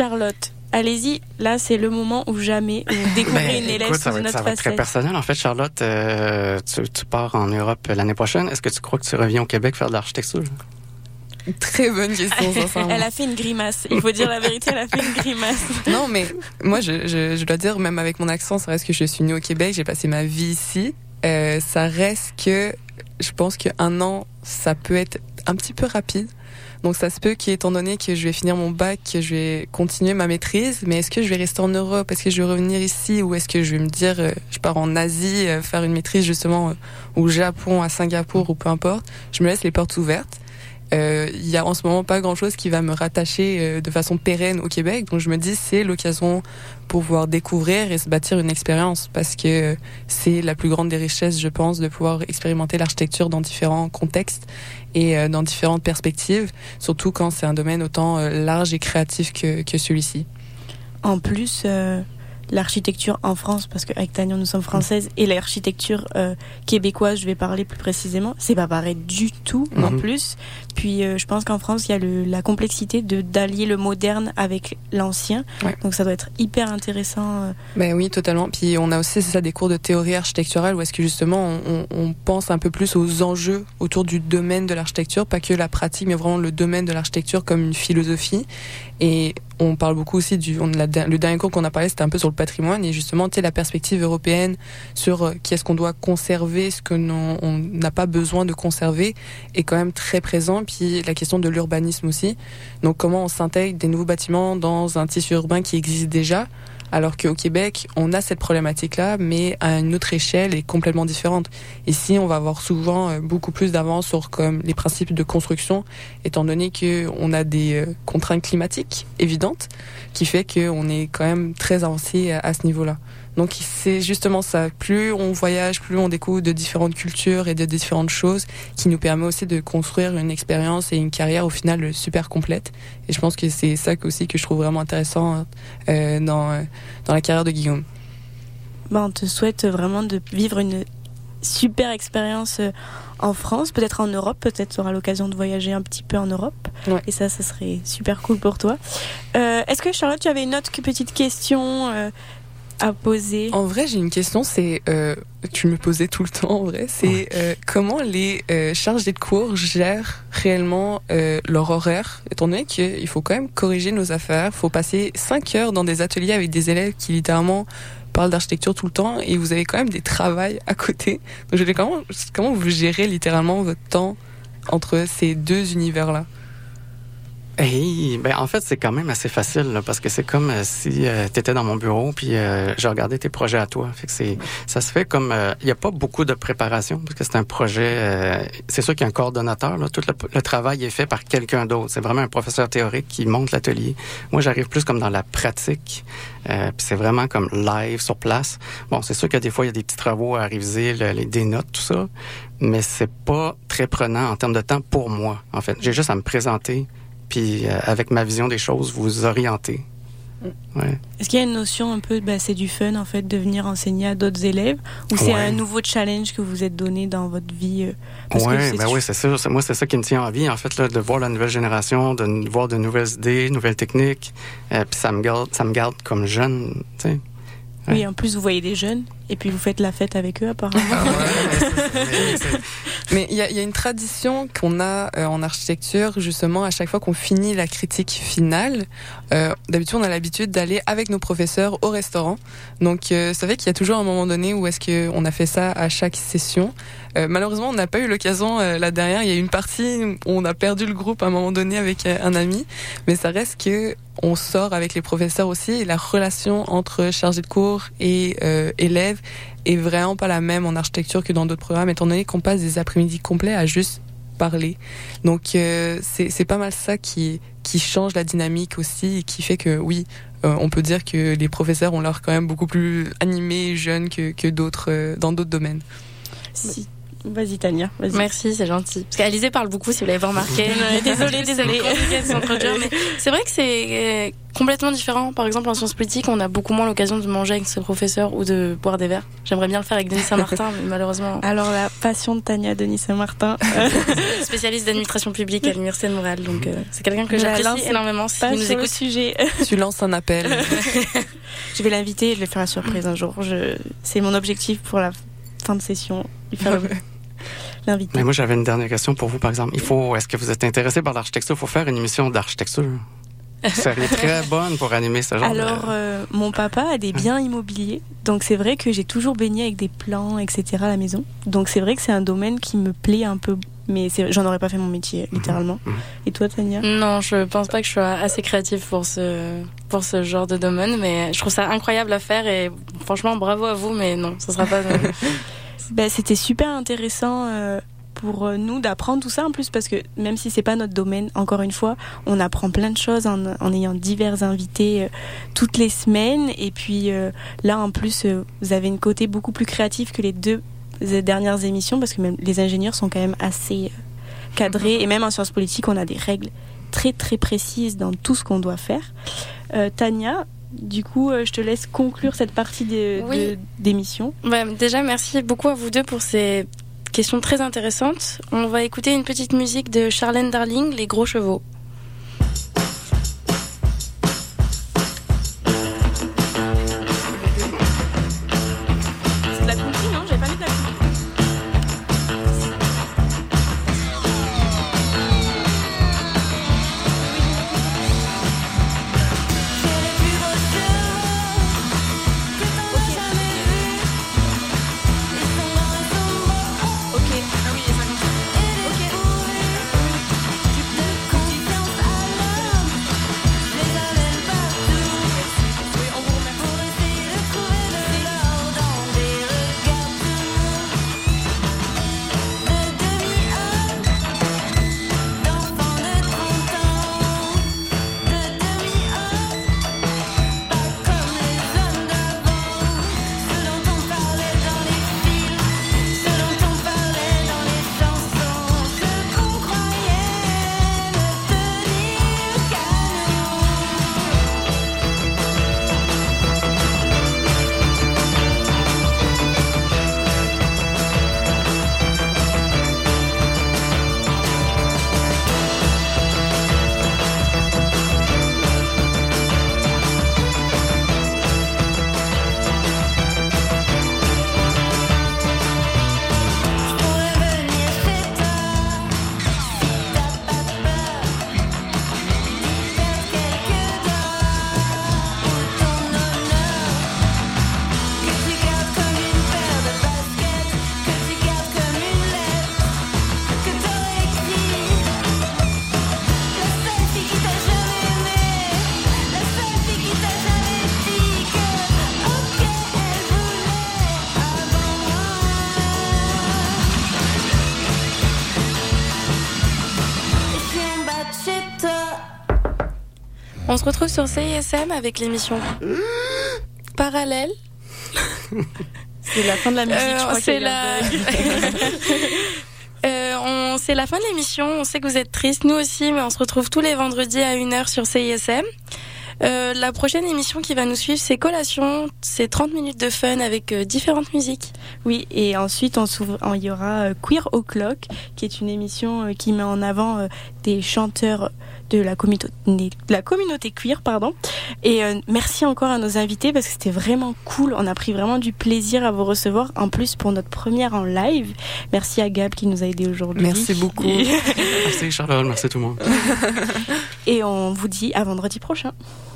Allez-y, là c'est le moment où jamais vous découvrez ben, une élève écoute, ça sous va une être, autre ça va être très facette. personnel. En fait, Charlotte, euh, tu, tu pars en Europe l'année prochaine. Est-ce que tu crois que tu reviens au Québec faire de l'architecture? Très bonne question, sincèrement. Elle a fait une grimace. Il faut dire la vérité, elle a fait une grimace. Non, mais moi, je, je, je dois dire, même avec mon accent, ça reste que je suis née au Québec, j'ai passé ma vie ici. Euh, ça reste que, je pense qu'un an, ça peut être un petit peu rapide. Donc ça se peut qu'étant donné que je vais finir mon bac, que je vais continuer ma maîtrise, mais est-ce que je vais rester en Europe, est-ce que je vais revenir ici, ou est-ce que je vais me dire, euh, je pars en Asie, euh, faire une maîtrise justement euh, au Japon, à Singapour, ou peu importe. Je me laisse les portes ouvertes. euh, il y a en ce moment pas grand-chose qui va me rattacher euh, de façon pérenne au Québec. Donc je me dis c'est l'occasion pour pouvoir découvrir et se bâtir une expérience, parce que c'est la plus grande des richesses, je pense, de pouvoir expérimenter l'architecture dans différents contextes et euh, dans différentes perspectives, surtout quand c'est un domaine autant euh, large et créatif que, que celui-ci. En plus, euh, l'architecture en France, parce qu'avec Tania nous sommes françaises, et l'architecture euh, québécoise, je vais parler plus précisément, c'est pas pareil du tout mm-hmm. en plus. Puis euh, je pense qu'en France, il y a le, la complexité de d'allier le moderne avec l'ancien, ouais. donc ça doit être hyper intéressant. Euh. Ben oui, totalement. Puis on a aussi, c'est ça, des cours de théorie architecturale où est-ce que justement on, on pense un peu plus aux enjeux autour du domaine de l'architecture, pas que la pratique, mais vraiment le domaine de l'architecture comme une philosophie. Et on parle beaucoup aussi du, on, la, le dernier cours qu'on a parlé, c'était un peu sur le patrimoine, et justement, tu sais, la perspective européenne sur euh, qu'est-ce qu'on doit conserver, ce que on n'a pas besoin de conserver, est quand même très présent. Puis la question de l'urbanisme aussi. Donc comment on s'intègre des nouveaux bâtiments dans un tissu urbain qui existe déjà, alors qu'au Québec, on a cette problématique-là, mais à une autre échelle et complètement différente. Ici, on va avoir souvent beaucoup plus d'avance sur comme les principes de construction, étant donné qu'on a des contraintes climatiques évidentes, qui fait qu'on est quand même très avancé à, à ce niveau-là. Donc c'est justement ça, plus on voyage, plus on découvre de différentes cultures et de différentes choses, qui nous permet aussi de construire une expérience et une carrière au final super complète. Et je pense que c'est ça aussi que je trouve vraiment intéressant euh, dans, euh, dans la carrière de Guillaume. Bah, on te souhaite vraiment de vivre une super expérience en France, peut-être en Europe, peut-être tu auras l'occasion de voyager un petit peu en Europe. Ouais. Et ça, ça serait super cool pour toi. Euh, est-ce que Charlotte, tu avais une autre petite question euh, à poser? En vrai, j'ai une question, c'est euh, tu me posais tout le temps en vrai, c'est euh, comment les euh, chargés de cours gèrent réellement euh, leur horaire, étant donné qu'il faut quand même corriger nos affaires, il faut passer cinq heures dans des ateliers avec des élèves qui littéralement parlent d'architecture tout le temps, et vous avez quand même des travails à côté. Donc je dis comment comment vous gérez littéralement votre temps entre ces deux univers-là? Hey, ben en fait, c'est quand même assez facile là, parce que c'est comme euh, si euh, tu étais dans mon bureau puis euh, je regardais tes projets à toi. Fait que c'est ça se fait comme il euh, y a pas beaucoup de préparation parce que c'est un projet euh, c'est sûr qu'il y a un coordonnateur là, tout le, le travail est fait par quelqu'un d'autre. C'est vraiment un professeur théorique qui monte l'atelier. Moi, j'arrive plus comme dans la pratique. Euh, puis c'est vraiment comme live sur place. Bon, c'est sûr que des fois il y a des petits travaux à réviser, le, les des notes, tout ça, mais c'est pas très prenant en termes de temps pour moi. En fait, j'ai juste à me présenter. Puis euh, avec ma vision des choses, vous orienter. Ouais. Est-ce qu'il y a une notion un peu, bah, c'est du fun en fait de venir enseigner à d'autres élèves, ou c'est ouais. un nouveau challenge que vous êtes donné dans votre vie? Oui, ben oui, c'est sûr. C'est, moi, c'est ça qui me tient en vie en fait, là, de voir la nouvelle génération, de voir de nouvelles idées, nouvelles techniques. Euh, puis ça me garde, ça me garde comme jeune, tu sais. Ouais. Oui, en plus vous voyez des jeunes et puis vous faites la fête avec eux apparemment. Ah ouais, mais il y a, y a une tradition qu'on a euh, en architecture justement à chaque fois qu'on finit la critique finale. Euh, d'habitude on a l'habitude d'aller avec nos professeurs au restaurant. Donc euh, ça fait qu'il y a toujours un moment donné où est-ce que on a fait ça à chaque session. Euh, malheureusement on n'a pas eu l'occasion euh, là derrière. Il y a eu une partie où on a perdu le groupe à un moment donné avec euh, un ami, mais ça reste que on sort avec les professeurs aussi, et la relation entre chargé de cours et euh, élèves est vraiment pas la même en architecture que dans d'autres programmes, étant donné qu'on passe des après-midi complets à juste parler. Donc euh, c'est, c'est pas mal ça qui, qui change la dynamique aussi, et qui fait que oui, euh, on peut dire que les professeurs ont l'air quand même beaucoup plus animés et jeunes que, que d'autres, euh, dans d'autres domaines. Si. Vas-y Tania, vas-y. Merci, c'est gentil. Parce qu'Alizée parle beaucoup, si vous l'avez pas remarqué. désolée, désolée. Mais c'est vrai que c'est complètement différent. Par exemple, en sciences politiques, on a beaucoup moins l'occasion de manger avec ses professeurs ou de boire des verres. J'aimerais bien le faire avec Denis Saint-Martin, mais malheureusement. Alors la passion de Tania, Denis Saint-Martin. Spécialiste d'administration publique à l'Université de Montréal. Donc euh, c'est quelqu'un que j'apprécie énormément. Si pas nous sur écoute. Le sujet. Tu lances un appel. Je vais l'inviter et je vais faire la surprise un jour. Je... C'est mon objectif pour la fin de session. Lui faire le... l'inviter. Mais moi, j'avais une dernière question pour vous, par exemple. Il faut, est-ce que vous êtes intéressé par l'architecture? Il faut faire une émission d'architecture. Vous seriez très bonne pour animer ce genre. Alors, de... euh, mon papa a des biens immobiliers, donc c'est vrai que j'ai toujours baigné avec des plans, et cetera à la maison. Donc c'est vrai que c'est un domaine qui me plaît un peu, mais c'est... j'en aurais pas fait mon métier, littéralement. Mmh. Et toi, Tania? Non, je pense pas que je sois assez créative pour ce, pour ce genre de domaine, mais je trouve ça incroyable à faire, et franchement, bravo à vous, mais non, ça sera pas... Ben, c'était super intéressant euh, pour nous d'apprendre tout ça en plus, parce que même si c'est pas notre domaine, encore une fois, on apprend plein de choses en, en ayant divers invités euh, toutes les semaines. Et puis euh, là, en plus, euh, vous avez une côté beaucoup plus créatif que les deux dernières émissions, parce que même les ingénieurs sont quand même assez euh, cadrés. Et même en sciences politiques, on a des règles très très précises dans tout ce qu'on doit faire. Euh, Tania, du coup, euh, je te laisse conclure cette partie de, oui. de, d'émission. Bah, déjà, merci beaucoup à vous deux pour ces questions très intéressantes. On va écouter une petite musique de Charlène Darling, Les Gros Chevaux. C'est de la country, non? J'avais pas mis de la country. On se retrouve sur C I S M avec l'émission Parallèle. C'est la fin de la musique, euh, je crois. C'est la... euh, on... c'est la fin de l'émission. On sait que vous êtes tristes, nous aussi, mais on se retrouve tous les vendredis à une heure sur C I S M. Euh, la prochaine émission qui va nous suivre, c'est Collation. C'est trente minutes de fun avec euh, différentes musiques. Oui, et ensuite, on s'ouvre... il y aura euh, Queer O'Clock, qui est une émission euh, qui met en avant euh, des chanteurs de la communauté, de la communauté queer, pardon. Et euh, merci encore à nos invités parce que c'était vraiment cool. On a pris vraiment du plaisir à vous recevoir. En plus, pour notre première en live. Merci à Gab qui nous a aidés aujourd'hui. Merci beaucoup. Et... Merci Charlotte, merci tout le monde. Et on vous dit à vendredi prochain.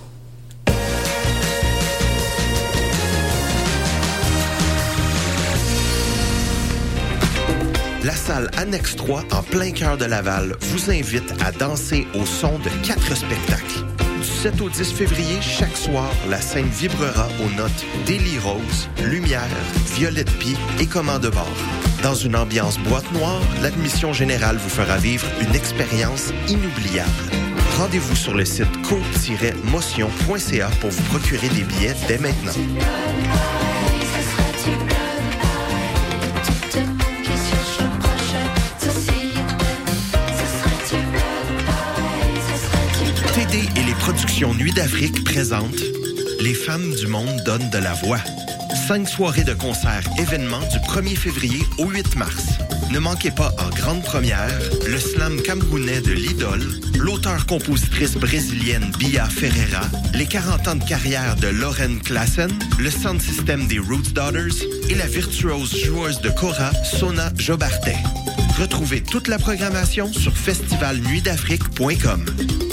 La salle Annexe trois, en plein cœur de Laval, vous invite à danser au son de quatre spectacles. Du sept au dix février, chaque soir, la scène vibrera aux notes d'Élie Rose, Lumière, Violette Pie et Commande bord. Dans une ambiance boîte noire, l'admission générale vous fera vivre une expérience inoubliable. Rendez-vous sur le site co tiret motion point c a pour vous procurer des billets dès maintenant. T D et les productions Nuit d'Afrique présentent Les femmes du monde donnent de la voix. Cinq soirées de concerts événements du premier février au huit mars. Ne manquez pas en grande première le slam camerounais de l'idole, l'auteure-compositrice brésilienne Bia Ferreira, les quarante ans de carrière de Lauren Klassen, le sound system des Roots Daughters et la virtuose joueuse de kora Sona Jobartet. Retrouvez toute la programmation sur festival nuit d'afrique point com.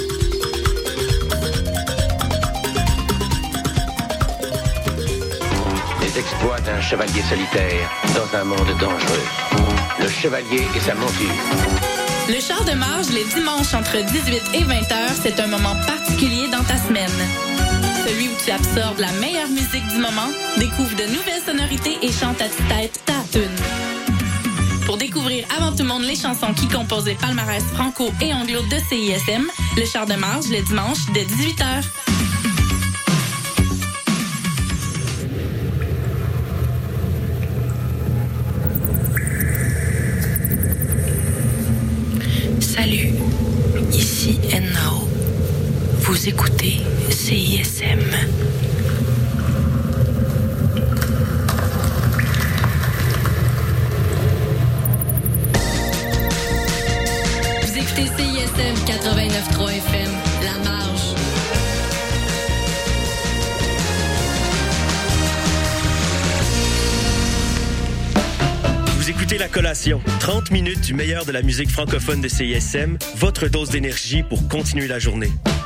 Les exploits d'un chevalier solitaire dans un monde dangereux. Le chevalier et sa monture. Le char de marge, les dimanches entre dix-huit et vingt heures, c'est un moment particulier dans ta semaine. Celui où tu absorbes la meilleure musique du moment, découvre de nouvelles sonorités et chante à tue-tête ta tune. Pour découvrir découvrir avant tout le monde les chansons qui composent les palmarès franco et anglo de C I S M. Le char de marge, le dimanche, dès dix-huit heures. Salut, ici Nao. Vous écoutez C I S M. Vous écoutez C I S M quatre-vingt-neuf trois F M, La Marge. Vous écoutez La Collation, trente minutes du meilleur de la musique francophone de C I S M, votre dose d'énergie pour continuer la journée.